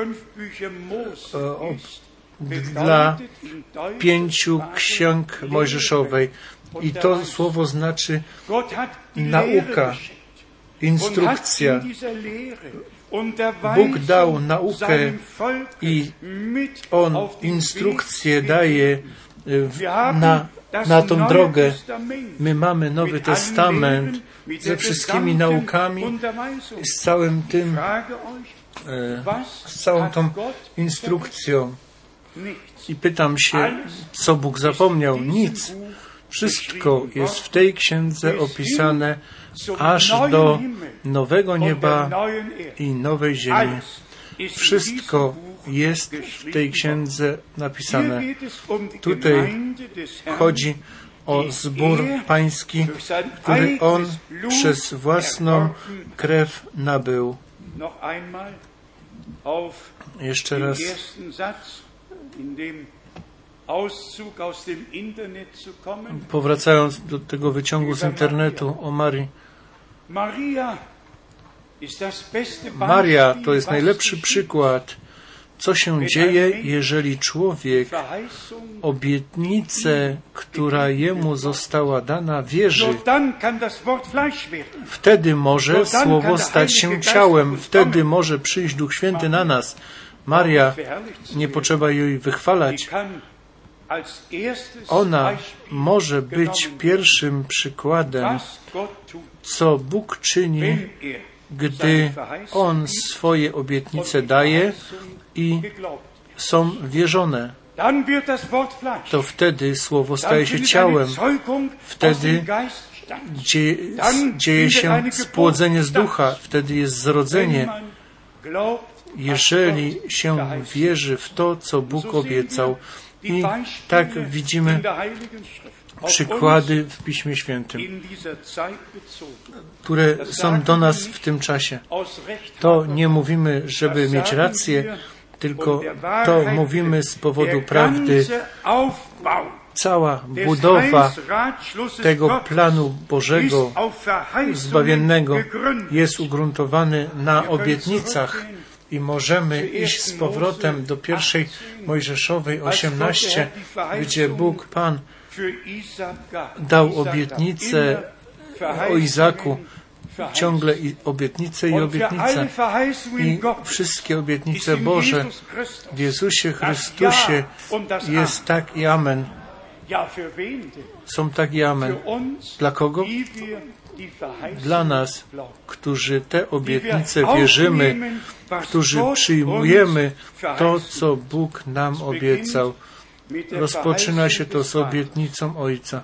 o, dla pięciu ksiąg mojżeszowej. I to słowo znaczy nauka, instrukcja. Bóg dał naukę i On instrukcję daje na, na tą drogę. My mamy Nowy Testament ze wszystkimi naukami, z całym tym, z całą tą instrukcją. I pytam się, co Bóg zapomniał? Nic. Wszystko jest w tej księdze opisane aż do nowego nieba i nowej ziemi. Wszystko jest w tej księdze napisane. Tutaj chodzi o zbór pański, który On przez własną krew nabył. Jeszcze raz. Powracając do tego wyciągu z internetu o Marii. Maria to jest najlepszy przykład, co się dzieje, jeżeli człowiek obietnicę, która jemu została dana, wierzy. Wtedy może Słowo stać się ciałem, wtedy może przyjść Duch Święty na nas. Maria, nie potrzeba jej wychwalać. Ona może być pierwszym przykładem, co Bóg czyni, gdy On swoje obietnice daje i są wierzone. To wtedy Słowo staje się ciałem. Wtedy dzieje, dzieje się spłodzenie z ducha. Wtedy jest zrodzenie. Jeżeli się wierzy w to, co Bóg obiecał. I tak widzimy przykłady w Piśmie Świętym, które są do nas w tym czasie. To nie mówimy, żeby mieć rację, tylko to mówimy z powodu prawdy. Cała budowa tego planu Bożego, zbawiennego, jest ugruntowany na obietnicach. I możemy iść z powrotem do pierwszej Mojżeszowej osiemnaście, gdzie Bóg Pan dał obietnicę o Izaku, ciągle i obietnice i obietnice. I wszystkie obietnice Boże w Jezusie Chrystusie jest tak i amen. Są tak i amen. Dla kogo? Dla nas, którzy te obietnice wierzymy, którzy przyjmujemy to, co Bóg nam obiecał. Rozpoczyna się to z obietnicą Ojca.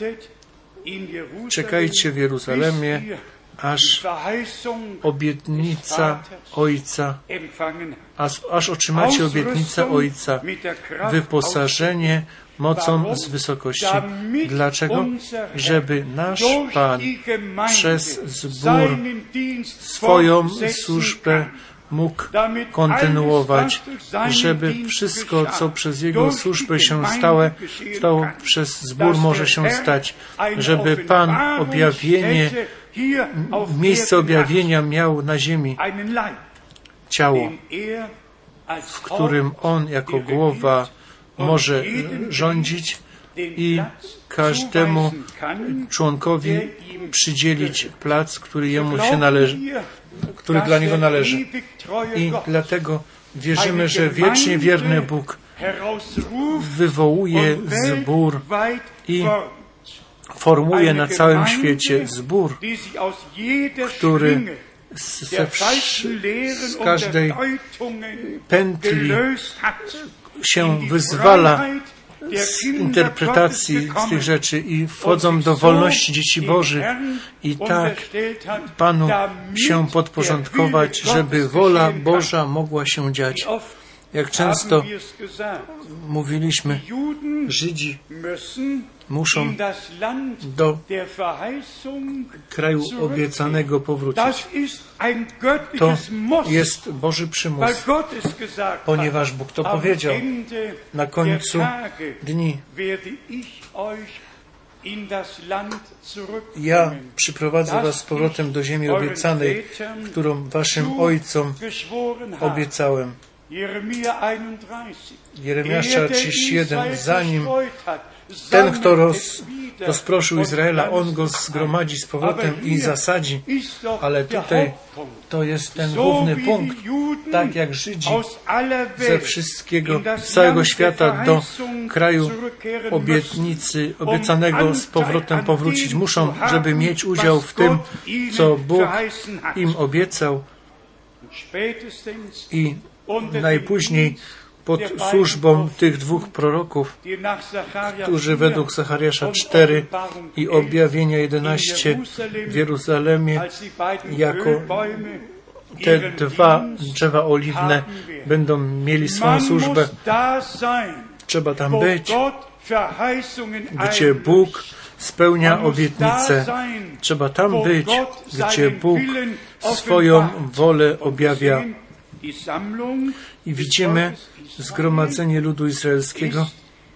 Czekajcie w Jeruzalemie, aż obietnica Ojca, aż, aż otrzymacie obietnicę Ojca, wyposażenie mocą z wysokości. Dlaczego? Żeby nasz Pan przez zbór swoją służbę mógł kontynuować, żeby wszystko, co przez Jego służbę się stało, stało przez zbór może się stać, żeby Pan objawienie, miejsce objawienia miał na ziemi ciało, w którym On jako głowa może rządzić i każdemu członkowi przydzielić plac, który jemu się należy, który dla niego należy. I dlatego wierzymy, że wiecznie wierny Bóg wywołuje zbór i formuje na całym świecie zbór, który ze z każdej pętli się wyzwala z interpretacji z tych rzeczy i wchodzą do wolności dzieci Bożych i tak Panu się podporządkować, żeby wola Boża mogła się dziać. Jak często mówiliśmy, Żydzi muszą do kraju obiecanego powrócić. To jest Boży przymus, ponieważ Bóg to powiedział. Na końcu dni ja przyprowadzę was z powrotem do ziemi obiecanej, którą waszym ojcom obiecałem. Jeremiasza trzydzieści jeden. Zanim ten, kto roz, rozproszył Izraela, on go zgromadzi z powrotem i zasadzi. Ale tutaj to jest ten główny punkt. Tak jak Żydzi ze wszystkiego, z całego świata do kraju obietnicy, obiecanego z powrotem powrócić muszą, żeby mieć udział w tym, co Bóg im obiecał. I najpóźniej pod służbą tych dwóch proroków, którzy według Zachariasza cztery i Objawienia jedenaście w Jeruzalemie jako te dwa drzewa oliwne będą mieli swoją służbę. Trzeba tam być, gdzie Bóg spełnia obietnice. Trzeba tam być, gdzie Bóg swoją wolę objawia. I widzimy, zgromadzenie ludu izraelskiego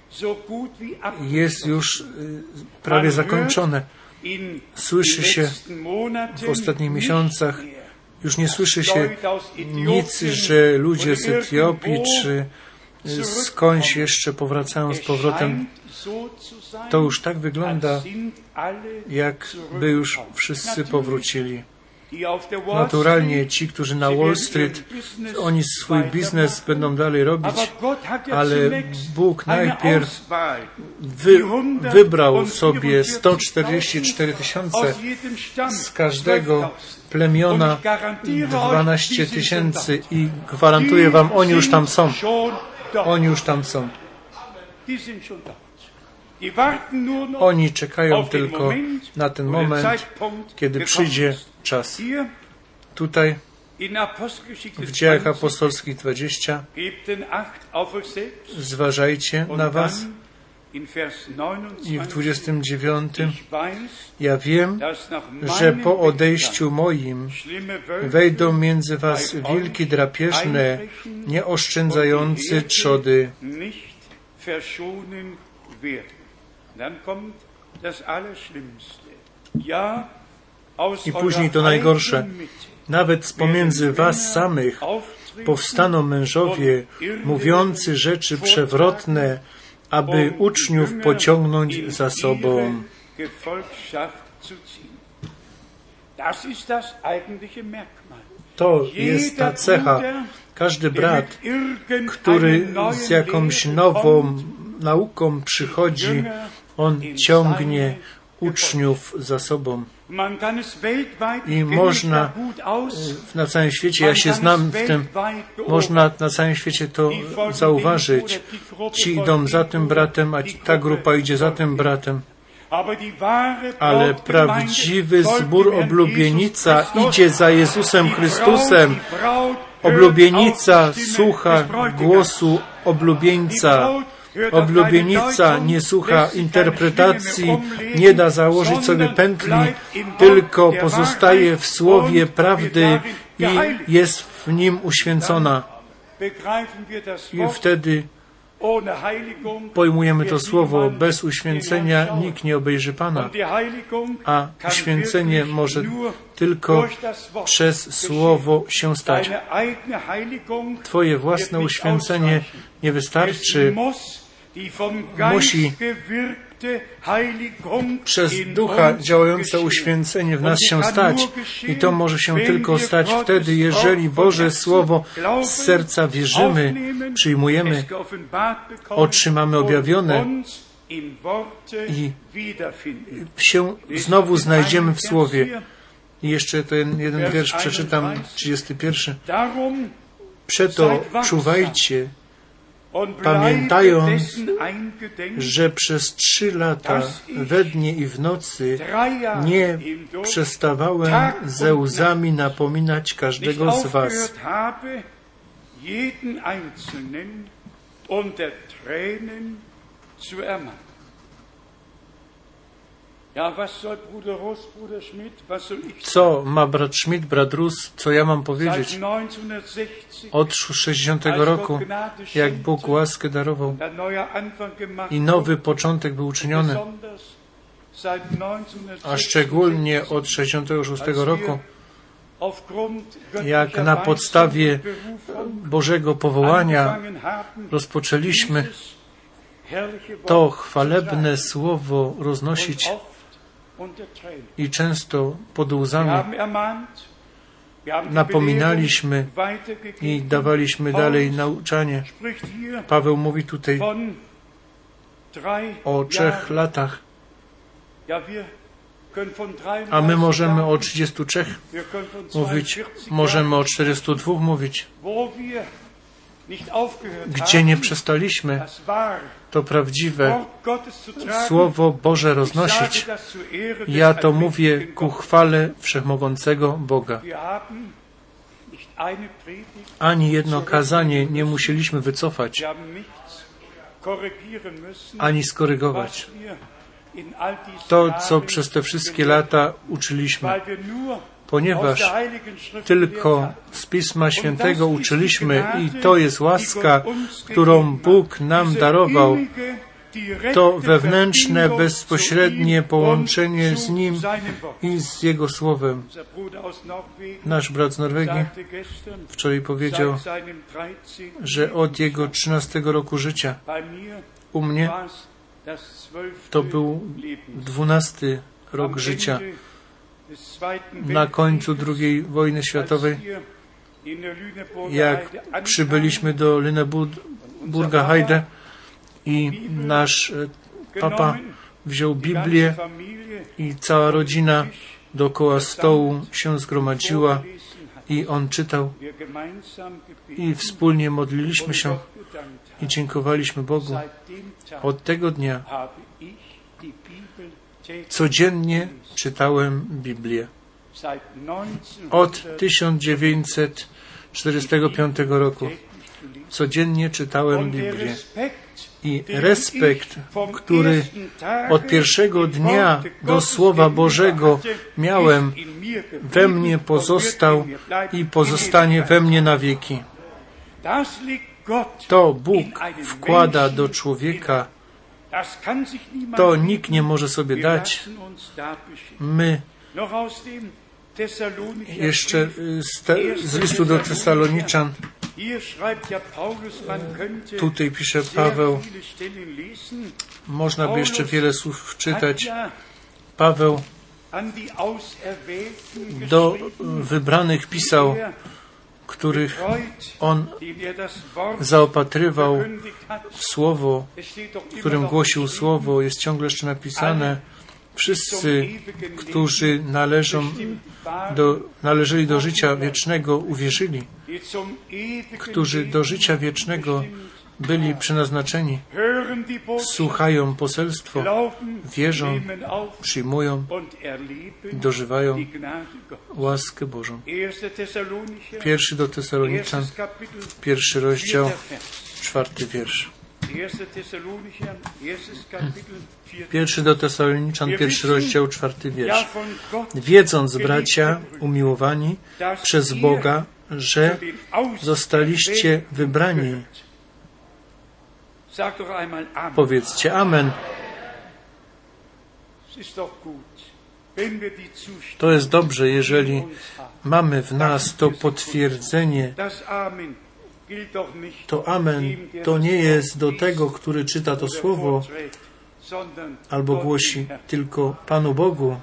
jest już prawie zakończone. Słyszy się w ostatnich miesiącach, już nie słyszy się nic, że ludzie z Etiopii czy skądś jeszcze powracają z powrotem. To już tak wygląda, jakby już wszyscy powrócili. Naturalnie ci, którzy na Wall Street, oni swój biznes będą dalej robić, ale Bóg najpierw wy, wybrał sobie sto czterdzieści cztery tysiące z każdego plemiona dwanaście tysięcy i gwarantuję wam, oni już tam są. Oni już tam są. Oni czekają tylko na ten moment, kiedy przyjdzie czas. Tutaj w Dziejach Apostolskich dwadzieścia zważajcie na was i w dwudziestym dziewiątym ja wiem, że po odejściu moim wejdą między was wilki drapieżne, nieoszczędzający trzody. I później to najgorsze. Nawet z pomiędzy was samych powstaną mężowie mówiący rzeczy przewrotne, aby uczniów pociągnąć za sobą. To jest ta cecha. Każdy brat, który z jakąś nową nauką przychodzi, on ciągnie uczniów za sobą. I można na całym świecie, ja się znam w tym, można na całym świecie to zauważyć. Ci idą za tym bratem, a ta grupa idzie za tym bratem. Ale prawdziwy zbór oblubienica idzie za Jezusem Chrystusem. Oblubienica słucha głosu oblubieńca. Oblubienica nie słucha interpretacji, nie da założyć sobie pętli, tylko pozostaje w słowie prawdy i jest w nim uświęcona. I wtedy pojmujemy to słowo. Bez uświęcenia nikt nie obejrzy Pana, a uświęcenie może tylko przez słowo się stać. Twoje własne uświęcenie nie wystarczy. Musi przez Ducha działające uświęcenie w nas się stać. I to może się tylko stać wtedy, jeżeli Boże Słowo z serca wierzymy, przyjmujemy, otrzymamy objawione i się znowu znajdziemy w Słowie. I jeszcze ten jeden wiersz przeczytam, trzydziesty pierwszy. Przeto czuwajcie, pamiętając, że przez trzy lata we dnie i w nocy nie przestawałem ze łzami napominać każdego z was. Co ma brat Schmidt, brat Rus, co ja mam powiedzieć? Od sześćdziesiątego roku, jak Bóg łaskę darował i nowy początek był uczyniony, a szczególnie od sześćdziesiątego szóstego roku, jak na podstawie Bożego powołania rozpoczęliśmy to chwalebne słowo roznosić i często pod łzami napominaliśmy i dawaliśmy dalej nauczanie. Paweł mówi tutaj o trzech latach, a my możemy o trzydziestu trzech mówić, możemy o czterdziestu dwóch mówić. Gdzie nie przestaliśmy to prawdziwe Słowo Boże roznosić. Ja to mówię ku chwale Wszechmogącego Boga. Ani jedno kazanie nie musieliśmy wycofać, ani skorygować. To, co przez te wszystkie lata uczyliśmy, ponieważ tylko z Pisma Świętego uczyliśmy i to jest łaska, którą Bóg nam darował, to wewnętrzne, bezpośrednie połączenie z Nim i z Jego Słowem. Nasz brat z Norwegii wczoraj powiedział, że od jego trzynastego roku życia u mnie to był dwunasty rok życia. Na końcu drugiej wojny światowej, jak przybyliśmy do Lüneburga Heide i nasz papa wziął Biblię i cała rodzina dookoła stołu się zgromadziła i on czytał i wspólnie modliliśmy się i dziękowaliśmy Bogu. Od tego dnia codziennie czytałem Biblię. Od tysiąc dziewięćset czterdziestego piątego roku codziennie czytałem Biblię. I respekt, który od pierwszego dnia do Słowa Bożego miałem, we mnie pozostał i pozostanie we mnie na wieki. To Bóg wkłada do człowieka, to nikt nie może sobie dać. My Jeszcze z, te, z listu do Tesaloniczan, tutaj pisze Paweł, można by jeszcze wiele słów czytać. Paweł do wybranych pisał, których on zaopatrywał w słowo, którym głosił słowo. Jest ciągle jeszcze napisane, wszyscy, którzy należą do, należeli do życia wiecznego, uwierzyli, którzy do życia wiecznego byli przeznaczeni, słuchają poselstwo, wierzą, przyjmują, dożywają łaskę Bożą. Pierwszy do Tesaloniczan, pierwszy rozdział, czwarty wiersz. Pierwszy do Tesaloniczan, pierwszy rozdział, czwarty wiersz. Wiedząc, bracia umiłowani przez Boga, że zostaliście wybrani. Powiedzcie amen. To jest dobrze, jeżeli mamy w nas to potwierdzenie. To amen to nie jest do tego, który czyta to słowo albo głosi, tylko Panu Bogu,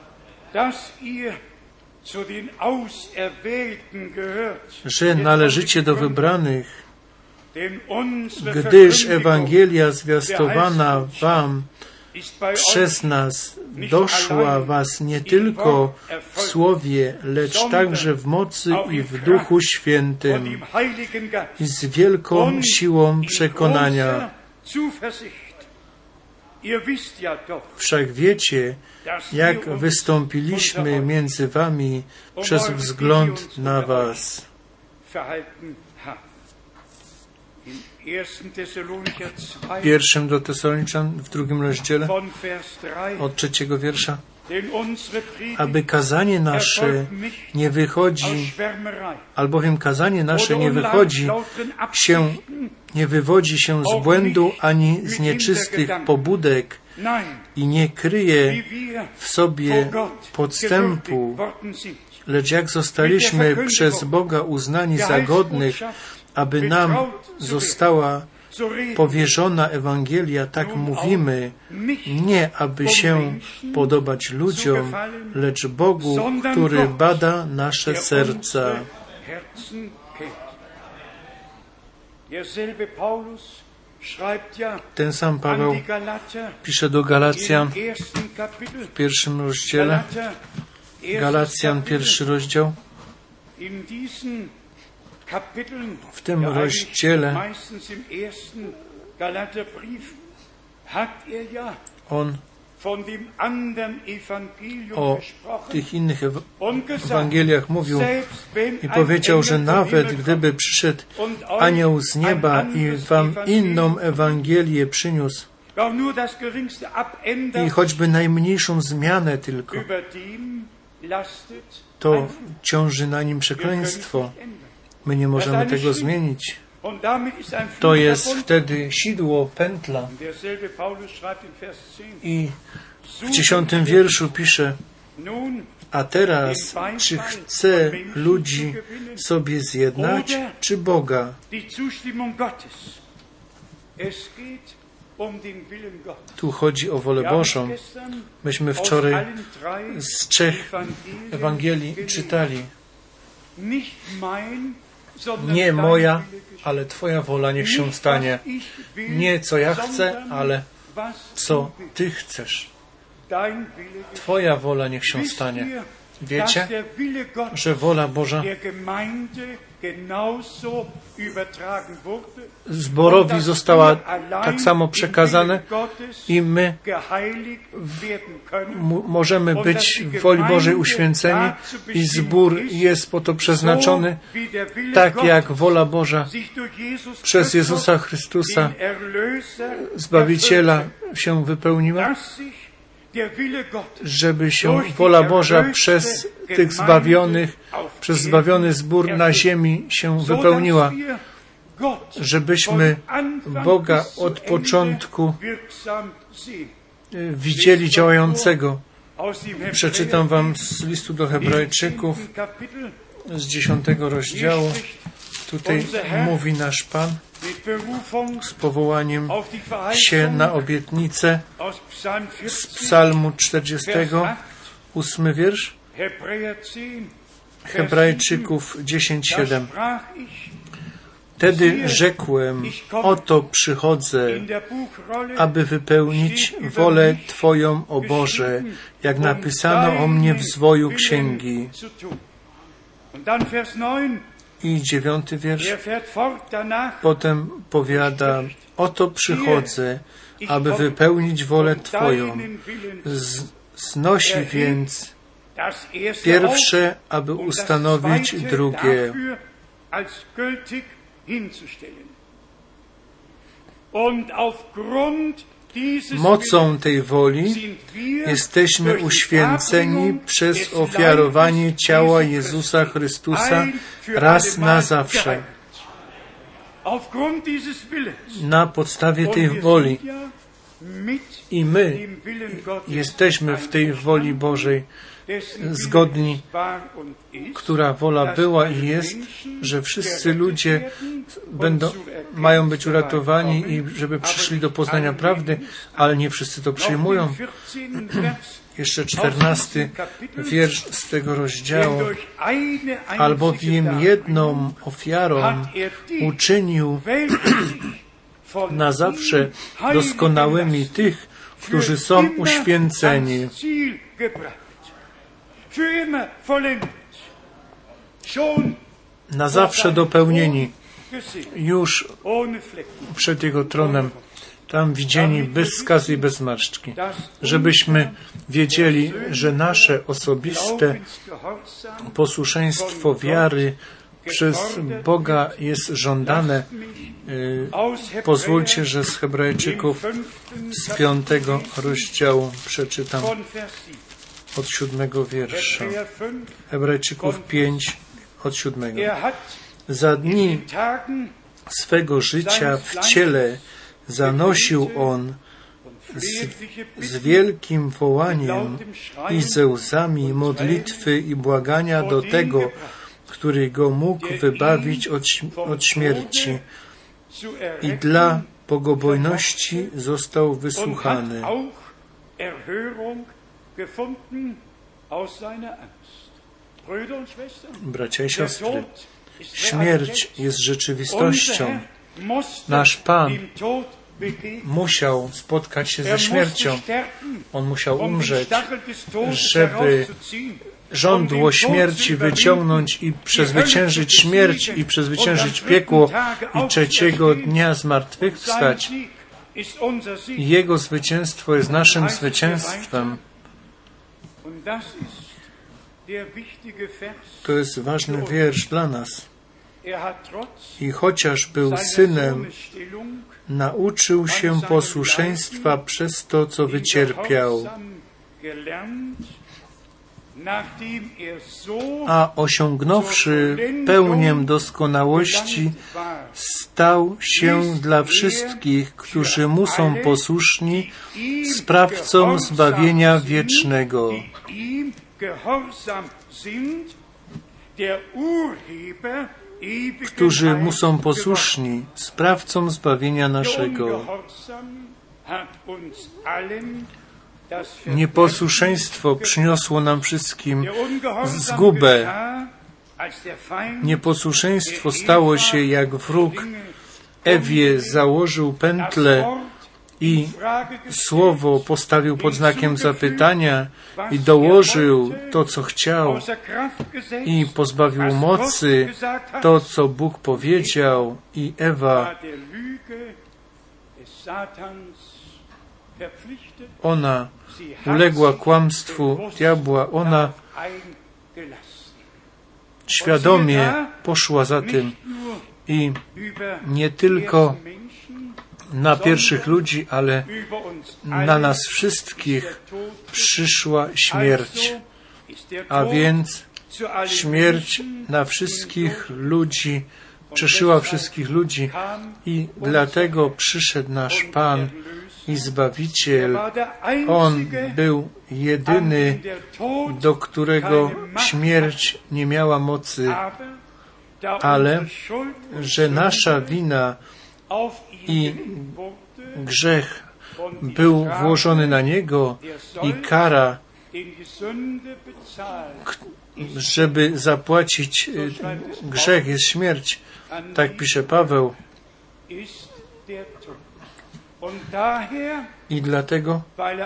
że należycie do wybranych, gdyż Ewangelia zwiastowana wam przez nas doszła was nie tylko w słowie, lecz także w mocy i w Duchu Świętym i z wielką siłą przekonania. Wszak wiecie, jak wystąpiliśmy między wami przez wzgląd na was. W pierwszym do Tesaloniczan, w drugim rozdziale, od trzeciego wiersza, aby kazanie nasze nie wychodzi, albowiem kazanie nasze nie wychodzi się, nie wywodzi się z błędu ani z nieczystych pobudek i nie kryje w sobie podstępu, lecz jak zostaliśmy przez Boga uznani za godnych, aby nam została powierzona Ewangelia, tak mówimy, nie aby się podobać ludziom, lecz Bogu, który bada nasze serca. Ten sam Paweł pisze do Galacjan w pierwszym rozdziale, Galacjan, pierwszy rozdział. W tym rozdziale on o tych innych Ewangeliach mówił i powiedział, że nawet gdyby przyszedł anioł z nieba i wam inną Ewangelię przyniósł i choćby najmniejszą zmianę tylko, to ciąży na nim przekleństwo. My nie możemy tego zmienić. To jest wtedy sidło, pętla. I w dziesiątym wierszu pisze, a teraz, czy chce ludzi sobie zjednać, czy Boga? Tu chodzi o wolę Bożą. Myśmy wczoraj z trzech Ewangelii czytali. Nie moja, ale Twoja wola niech się stanie. Nie co ja chcę, ale co Ty chcesz. Twoja wola niech się stanie. Wiecie, że wola Boża zborowi została tak samo przekazana i my możemy być w woli Bożej uświęceni i zbór jest po to przeznaczony, tak jak wola Boża przez Jezusa Chrystusa, Zbawiciela, się wypełniła, żeby się wola Boża przez tych zbawionych, przez zbawiony zbór na ziemi się wypełniła, żebyśmy Boga od początku widzieli działającego, Przeczytam wam z listu do Hebrajczyków z dziesiątego rozdziału. Tutaj mówi nasz Pan z powołaniem się na obietnicę z Psalmu czterdziestego, ósmy wiersz, Hebrajczyków dziesięć, siedem. Wtedy rzekłem, oto przychodzę, aby wypełnić wolę Twoją, o Boże, jak napisano o mnie w zwoju księgi. I dziewiąty wiersz. Potem powiada, oto przychodzę, aby wypełnić wolę Twoją. Z, znosi więc pierwsze, aby ustanowić drugie. Mocą tej woli jesteśmy uświęceni przez ofiarowanie ciała Jezusa Chrystusa raz na zawsze. Na podstawie tej woli i my jesteśmy w tej woli Bożej zgodni, która wola była i jest, że wszyscy ludzie będą, mają być uratowani i żeby przyszli do poznania prawdy, ale nie wszyscy to przyjmują. Jeszcze czternasty wiersz z tego rozdziału. Albowiem jedną ofiarą uczynił na zawsze doskonałymi tych, którzy są uświęceni. Na zawsze dopełnieni, już przed Jego tronem, tam widzieni bez skazy i bez marszczki, żebyśmy wiedzieli, że nasze osobiste posłuszeństwo wiary przez Boga jest żądane. Pozwólcie, że z Hebrajczyków z piątego rozdziału przeczytam od siódmego wiersza. Hebrajczyków pięć od siódmego. Za dni swego życia w ciele zanosił on z, z wielkim wołaniem i ze łzami modlitwy i błagania do tego, który go mógł wybawić od, od śmierci. I dla bogobojności został wysłuchany. Bracia i siostry, śmierć jest rzeczywistością. Nasz Pan musiał spotkać się ze śmiercią. On musiał umrzeć, żeby żądło śmierci wyciągnąć i przezwyciężyć śmierć i przezwyciężyć piekło i trzeciego dnia zmartwychwstać. Jego zwycięstwo jest naszym zwycięstwem. To jest ważny wiersz dla nas. I chociaż był synem, nauczył się posłuszeństwa przez to, co wycierpiał. A osiągnąwszy pełnię doskonałości, stał się dla wszystkich, którzy mu są posłuszni, sprawcą zbawienia wiecznego. Którzy mu są posłuszni, sprawcą zbawienia naszego. Nieposłuszeństwo przyniosło nam wszystkim zgubę. Nieposłuszeństwo stało się jak wróg. Ewie założył pętlę i słowo postawił pod znakiem zapytania i dołożył to, co chciał i pozbawił mocy to, co Bóg powiedział, i Ewa, ona uległa kłamstwu diabła, ona świadomie poszła za tym i nie tylko na pierwszych ludzi, ale na nas wszystkich przyszła śmierć. A więc śmierć na wszystkich ludzi, przeszyła wszystkich ludzi i dlatego przyszedł nasz Pan i Zbawiciel. On był jedyny, do którego śmierć nie miała mocy, ale że nasza wina i grzech był włożony na Niego i kara, żeby zapłacić grzech, jest śmierć. Tak pisze Paweł. I dlatego,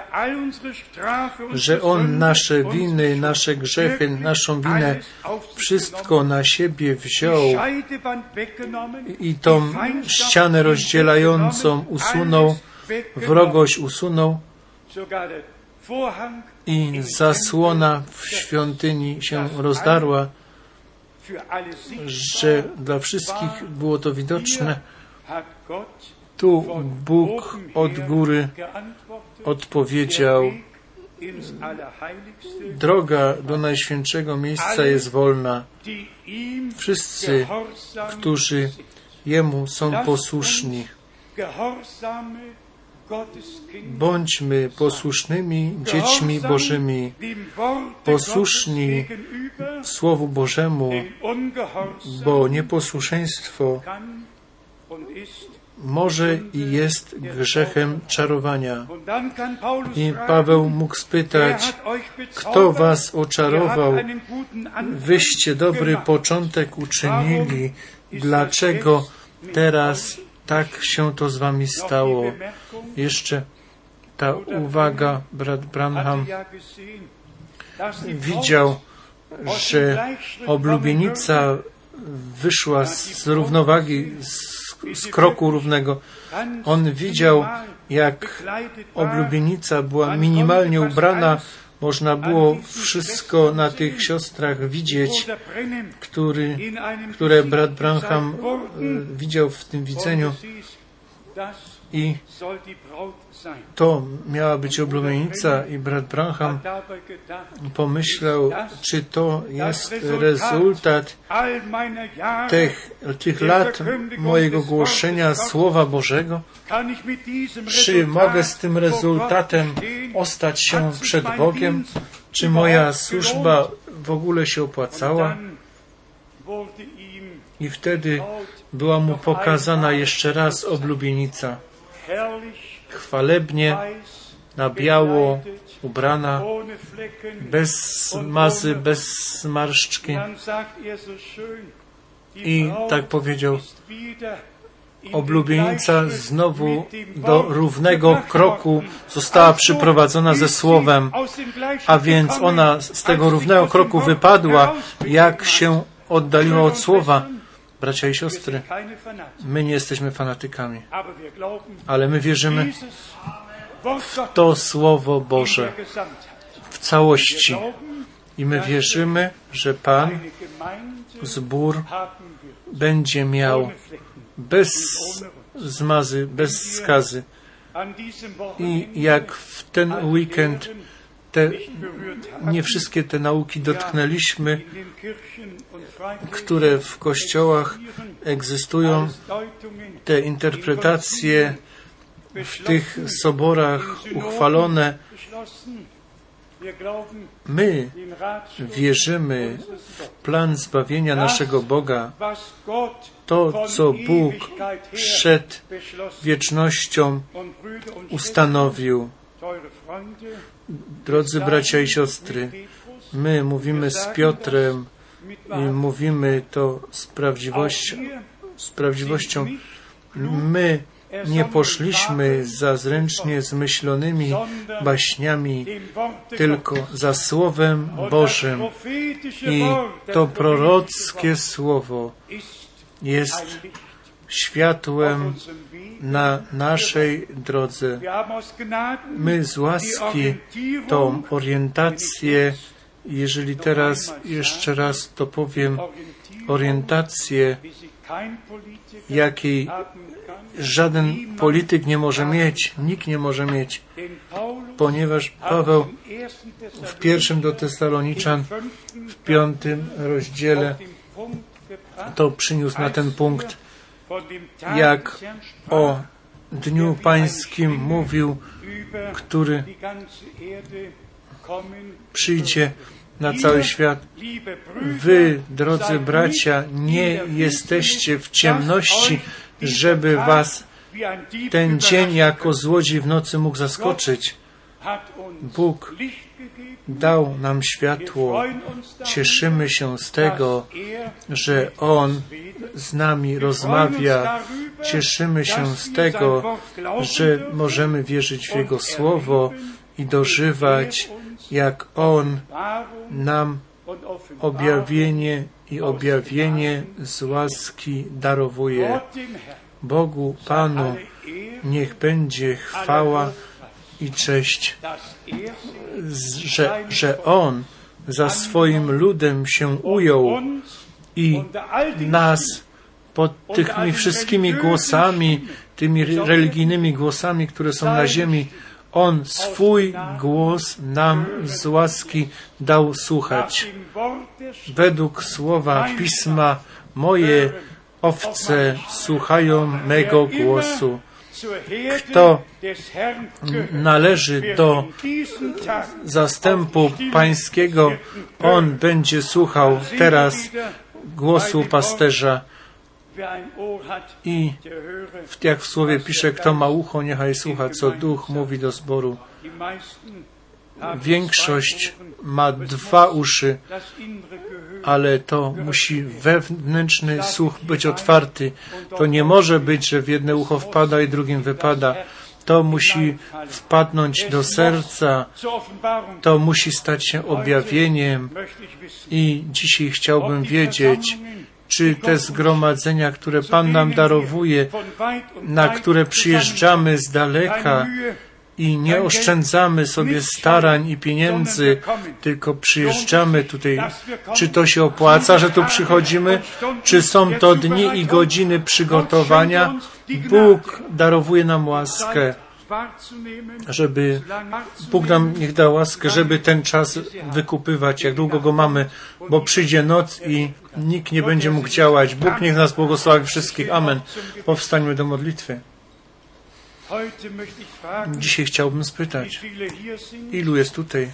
że On nasze winy, nasze grzechy, naszą winę, wszystko na siebie wziął i tą ścianę rozdzielającą usunął, wrogość usunął i zasłona w świątyni się rozdarła, że dla wszystkich było to widoczne. Tu Bóg od góry odpowiedział: droga do Najświętszego miejsca jest wolna. Wszyscy, którzy Jemu są posłuszni. Bądźmy posłusznymi dziećmi Bożymi, posłuszni Słowu Bożemu, bo nieposłuszeństwo może i jest grzechem czarowania. I Paweł mógł spytać, kto was oczarował? Wyście dobry początek uczynili. Dlaczego teraz tak się to z wami stało? Jeszcze ta uwaga, brat Branham widział, że oblubienica wyszła z równowagi, z, z kroku równego. On widział, jak oblubienica była minimalnie ubrana. Można było wszystko na tych siostrach widzieć, który, które brat Branham widział w tym widzeniu. I to miała być oblubienica i brat Branham pomyślał, czy to jest rezultat tych, tych lat mojego głoszenia Słowa Bożego? Czy mogę z tym rezultatem ostać się przed Bogiem? Czy moja służba w ogóle się opłacała? I wtedy była mu pokazana jeszcze raz oblubienica. Chwalebnie, na biało ubrana, bez mazy, bez zmarszczki. I tak powiedział, oblubienica znowu do równego kroku została przyprowadzona ze Słowem, a więc ona z tego równego kroku wypadła, jak się oddaliła od Słowa. Bracia i siostry, my nie jesteśmy fanatykami, ale my wierzymy w to Słowo Boże w całości. I my wierzymy, że Pan zbór będzie miał bez zmazy, bez skazy. I jak w ten weekend te, nie wszystkie te nauki dotknęliśmy, które w kościołach egzystują, te interpretacje w tych soborach uchwalone. My wierzymy w plan zbawienia naszego Boga. To, co Bóg przed wiecznością ustanowił. Drodzy bracia i siostry, my mówimy z Piotrem i mówimy to z prawdziwością. Z prawdziwością. My nie poszliśmy za zręcznie zmyślonymi baśniami, tylko za Słowem Bożym. I to prorockie Słowo jest światłem na naszej drodze. My z łaski tą orientację, jeżeli teraz jeszcze raz to powiem, orientację, jakiej żaden polityk nie może mieć, nikt nie może mieć, ponieważ Paweł w pierwszym do Tesaloniczan w piątym rozdziale to przyniósł na ten punkt, jak o dniu pańskim mówił, który przyjdzie na cały świat. Wy, drodzy bracia, nie jesteście w ciemności, żeby was ten dzień jako złodziej w nocy mógł zaskoczyć. Bóg dał nam światło. Cieszymy się z tego, że On z nami rozmawia. Cieszymy się z tego, że możemy wierzyć w Jego Słowo i dożywać, jak On nam objawienie i objawienie z łaski darowuje. Bogu Panu niech będzie chwała i cześć, że, że On za swoim ludem się ujął i nas pod tymi wszystkimi głosami, tymi religijnymi głosami, które są na ziemi, On swój głos nam z łaski dał słuchać. Według słowa Pisma moje owce słuchają mego głosu. Kto należy do zastępu pańskiego, on będzie słuchał teraz głosu pasterza. I jak w słowie pisze, kto ma ucho, niechaj słucha, co Duch mówi do zboru. Większość ma dwa uszy, ale to musi wewnętrzny słuch być otwarty. To nie może być, że w jedno ucho wpada i drugim wypada. To musi wpadnąć do serca. To musi stać się objawieniem. I dzisiaj chciałbym wiedzieć, czy te zgromadzenia, które Pan nam darowuje, na które przyjeżdżamy z daleka i nie oszczędzamy sobie starań i pieniędzy, tylko przyjeżdżamy tutaj. Czy to się opłaca, że tu przychodzimy? Czy są to dni i godziny przygotowania? Bóg darowuje nam łaskę, żeby Bóg nam niech da łaskę, żeby ten czas wykupywać, jak długo go mamy, bo przyjdzie noc i nikt nie będzie mógł działać. Bóg niech nas błogosławi wszystkich. Amen. Powstańmy do modlitwy. Dzisiaj chciałbym spytać, ilu jest tutaj,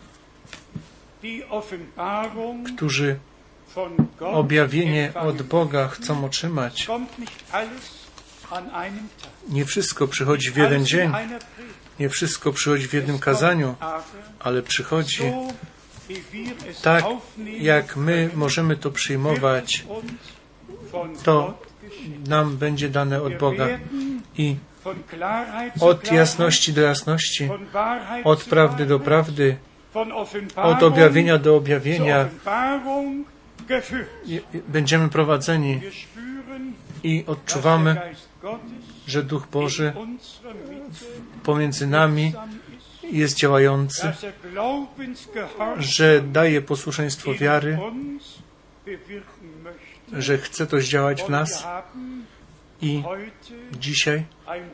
którzy objawienie od Boga chcą otrzymać. Nie wszystko przychodzi w jeden dzień, nie wszystko przychodzi w jednym kazaniu, ale przychodzi tak, jak my możemy to przyjmować, to nam będzie dane od Boga. I od jasności do jasności, od prawdy do prawdy, od objawienia do objawienia będziemy prowadzeni i odczuwamy, że Duch Boży pomiędzy nami jest działający, że daje posłuszeństwo wiary, że chce to zdziałać w nas. I dzisiaj,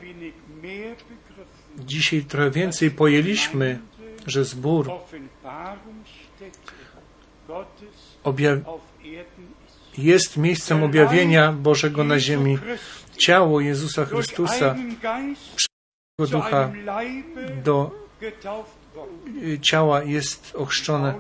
dzisiaj trochę więcej pojęliśmy, że zbór objaw- jest miejscem objawienia Bożego na ziemi. Ciało Jezusa Chrystusa, przez Ducha do ciała jest ochrzczone.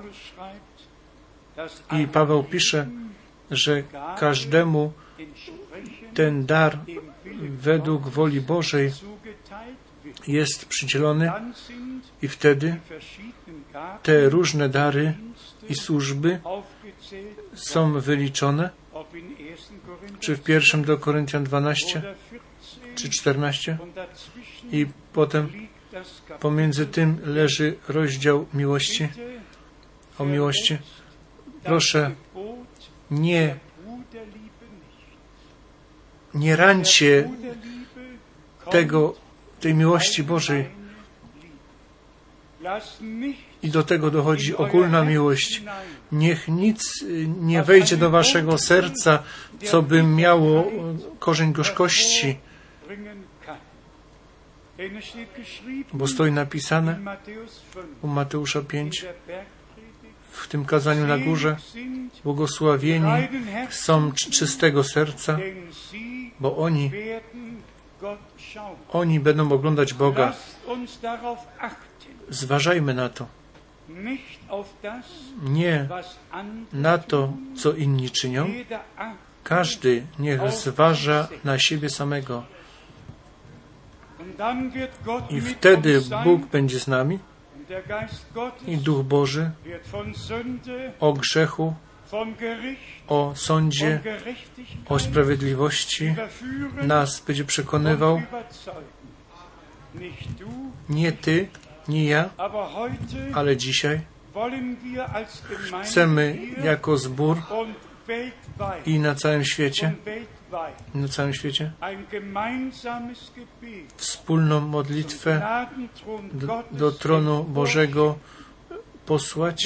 I Paweł pisze, że każdemu ten dar według woli Bożej jest przydzielony i wtedy te różne dary i służby są wyliczone, czy w pierwszym do Koryntian dwanaście, czy czternaście, i potem pomiędzy tym leży rozdział miłości, o miłości. Proszę, nie Nie rańcie tego, tej miłości Bożej. I do tego dochodzi ogólna miłość. Niech nic nie wejdzie do waszego serca, co by miało korzeń gorzkości. Bo stoi napisane u Mateusza pięć, w tym kazaniu na górze: błogosławieni są czystego serca, bo oni Oni będą oglądać Boga. Zważajmy na to. Nie na to, co inni czynią. Każdy niech zważa na siebie samego. I wtedy Bóg będzie z nami i Duch Boży o grzechu, o sądzie, o sprawiedliwości nas będzie przekonywał. Nie ty, nie ja, ale dzisiaj chcemy jako zbór i na całym świecie, na całym świecie wspólną modlitwę do, do tronu Bożego posłać,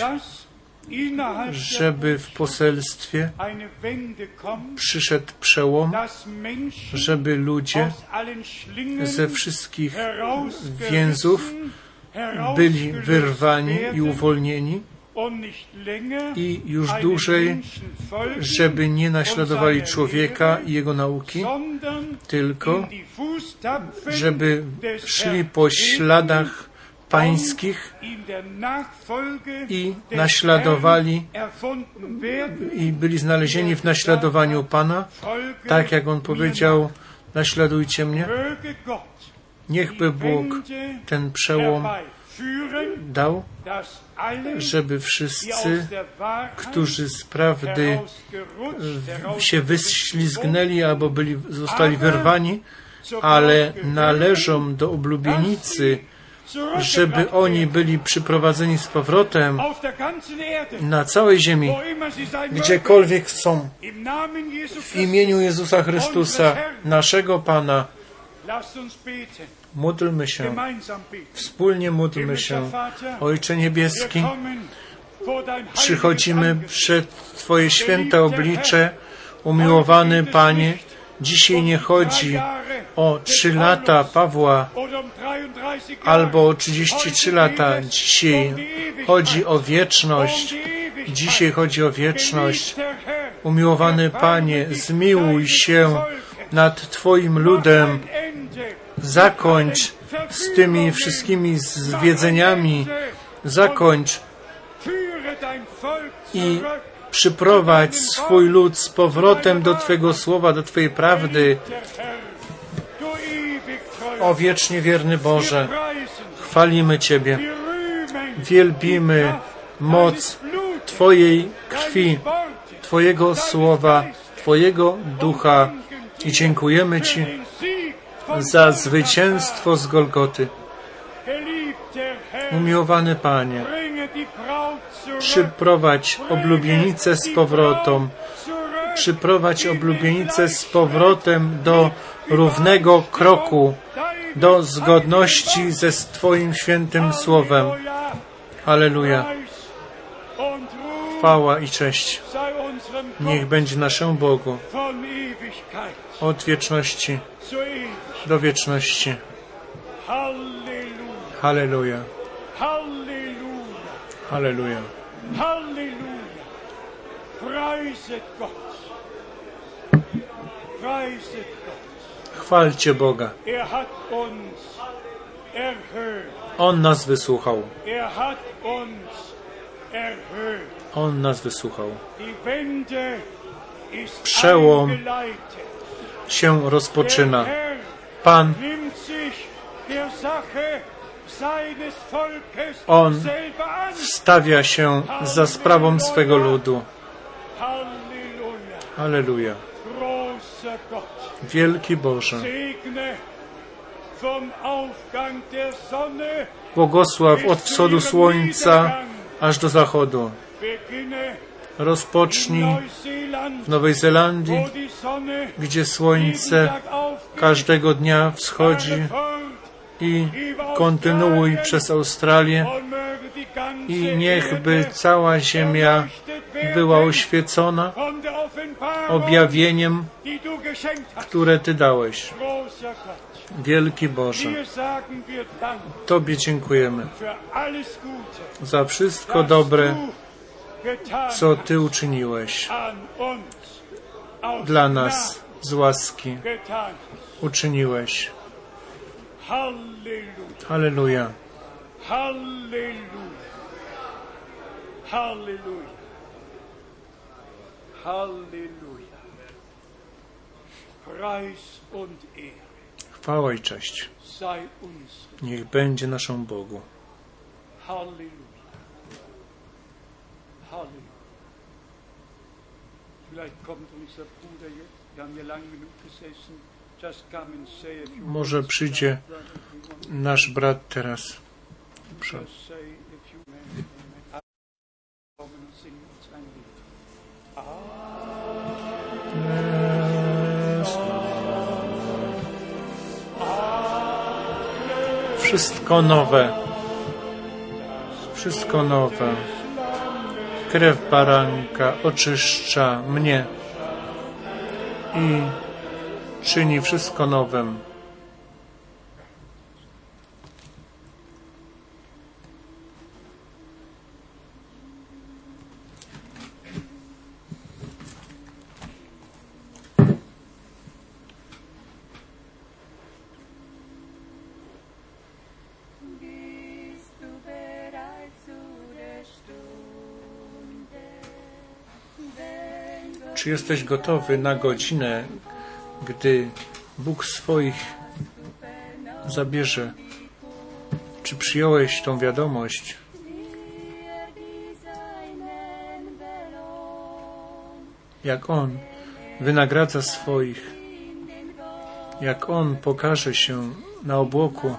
żeby w poselstwie przyszedł przełom, żeby ludzie ze wszystkich więzów byli wyrwani i uwolnieni i już dłużej, żeby nie naśladowali człowieka i jego nauki, tylko żeby szli po śladach pańskich i naśladowali i byli znalezieni w naśladowaniu Pana, tak jak On powiedział, naśladujcie mnie. Niechby Bóg ten przełom dał, żeby wszyscy, którzy z prawdy się wyślizgnęli albo byli, zostali wyrwani, ale należą do oblubienicy, żeby oni byli przyprowadzeni z powrotem na całej ziemi, gdziekolwiek są, w imieniu Jezusa Chrystusa, naszego Pana. Módlmy się, wspólnie módlmy się. Ojcze Niebieski, przychodzimy przed Twoje święte oblicze, umiłowany Panie. Dzisiaj nie chodzi o trzy lata Pawła albo o trzydzieści trzy lata. Dzisiaj chodzi o wieczność. Dzisiaj chodzi o wieczność. Umiłowany Panie, zmiłuj się nad Twoim ludem. Zakończ z tymi wszystkimi zwiedzeniami. Zakończ i przyprowadź swój lud z powrotem do Twego słowa, do Twojej prawdy. O wiecznie wierny Boże, chwalimy Ciebie, wielbimy moc Twojej krwi, Twojego słowa, Twojego ducha i dziękujemy Ci za zwycięstwo z Golgoty. Umiłowany Panie, przyprowadź oblubienicę z powrotem, przyprowadź oblubienicę z powrotem do równego kroku, do zgodności ze Twoim świętym słowem. Alleluja. Chwała i cześć niech będzie naszemu Bogu od wieczności do wieczności. Halleluja. Halleluja. Halleluja. Preiset Gott. Preiset Gott. Chwalcie Boga. Er hat uns erhört. On nas wysłuchał. Er hat uns erhört. On nas wysłuchał. Die Wende ist Przełom eingeleitet. się rozpoczyna. Der Herr Pan nimmt sich der Sache seines Volkes On selber an. wstawia się za sprawą swego ludu. Halleluja. Alleluja. Großer Gott. Wielki Boże, Segne vom Aufgang der Sonne błogosław od wschodu słońca aż do zachodu. beginne Rozpocznij Neuseeland, w Nowej Zelandii, wo die Sonne gdzie słońce każdego dnia wschodzi, i kontynuuj przez Australię i niechby cała ziemia była oświecona objawieniem, które Ty dałeś. Wielki Boże, Tobie dziękujemy za wszystko dobre, co Ty uczyniłeś dla nas z łaski. uczyniłeś. Halleluja. Halleluja. Halleluja. Halleluja. Halleluja. Preis und Ehre Chwała i cześć sei uns. niech będzie naszą Bogu. Halleluja. Halleluja. Vielleicht kommt unser Bruder jetzt. Wir haben ja lange genug gesessen. Just come and say a few Może przyjdzie nasz brat teraz. Proszę. Just say a few minutes. Kommen und singen uns ein Lied. Wszystko nowe. Wszystko nowe. Krew baranka oczyszcza mnie i czyni wszystko nowym. Czy jesteś gotowy na godzinę, gdy Bóg swoich zabierze? Czy przyjąłeś tą wiadomość? Jak On wynagradza swoich, jak On pokaże się na obłoku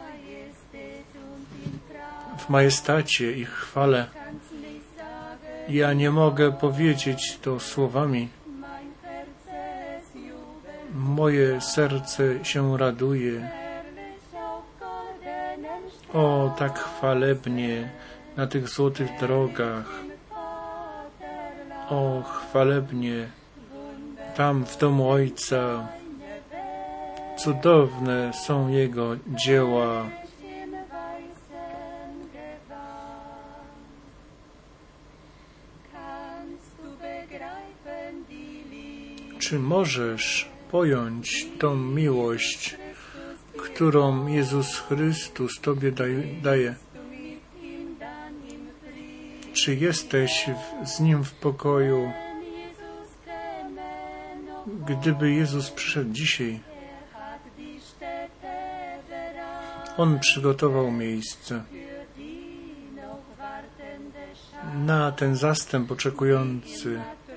w majestacie i chwale. Ja nie mogę powiedzieć to słowami. Moje serce się raduje. O, tak chwalebnie na tych złotych drogach. O, chwalebnie tam w domu Ojca. Cudowne są Jego dzieła. Czy możesz pojąć tą miłość, którą Jezus Chrystus Tobie daje? Czy jesteś w, z Nim w pokoju? Gdyby Jezus przyszedł dzisiaj, On przygotował miejsce na ten zastęp oczekujący,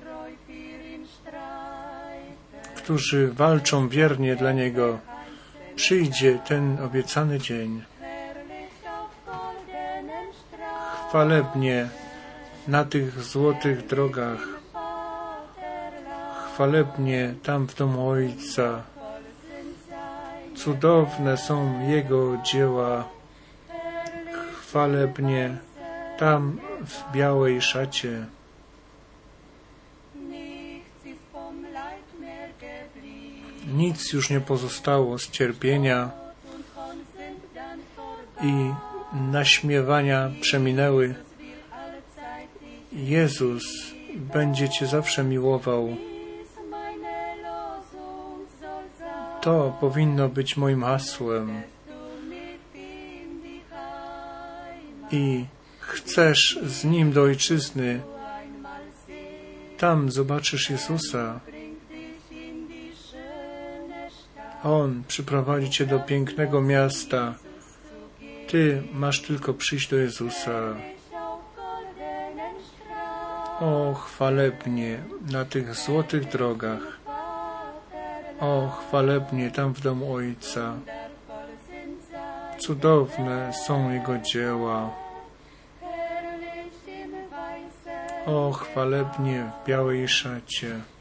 którzy walczą wiernie dla Niego. Przyjdzie ten obiecany dzień. Chwalebnie na tych złotych drogach. Chwalebnie tam w domu Ojca. Cudowne są Jego dzieła. Chwalebnie tam w białej szacie. Nic już nie pozostało z cierpienia i naśmiewania przeminęły. Jezus będzie Cię zawsze miłował. To powinno być moim hasłem. I chcesz z Nim do Ojczyzny. Tam zobaczysz Jezusa. On przyprowadzi Cię do pięknego miasta. Ty masz tylko przyjść do Jezusa. O, chwalebnie na tych złotych drogach. O, chwalebnie tam w domu Ojca. Cudowne są Jego dzieła. O, chwalebnie w białej szacie.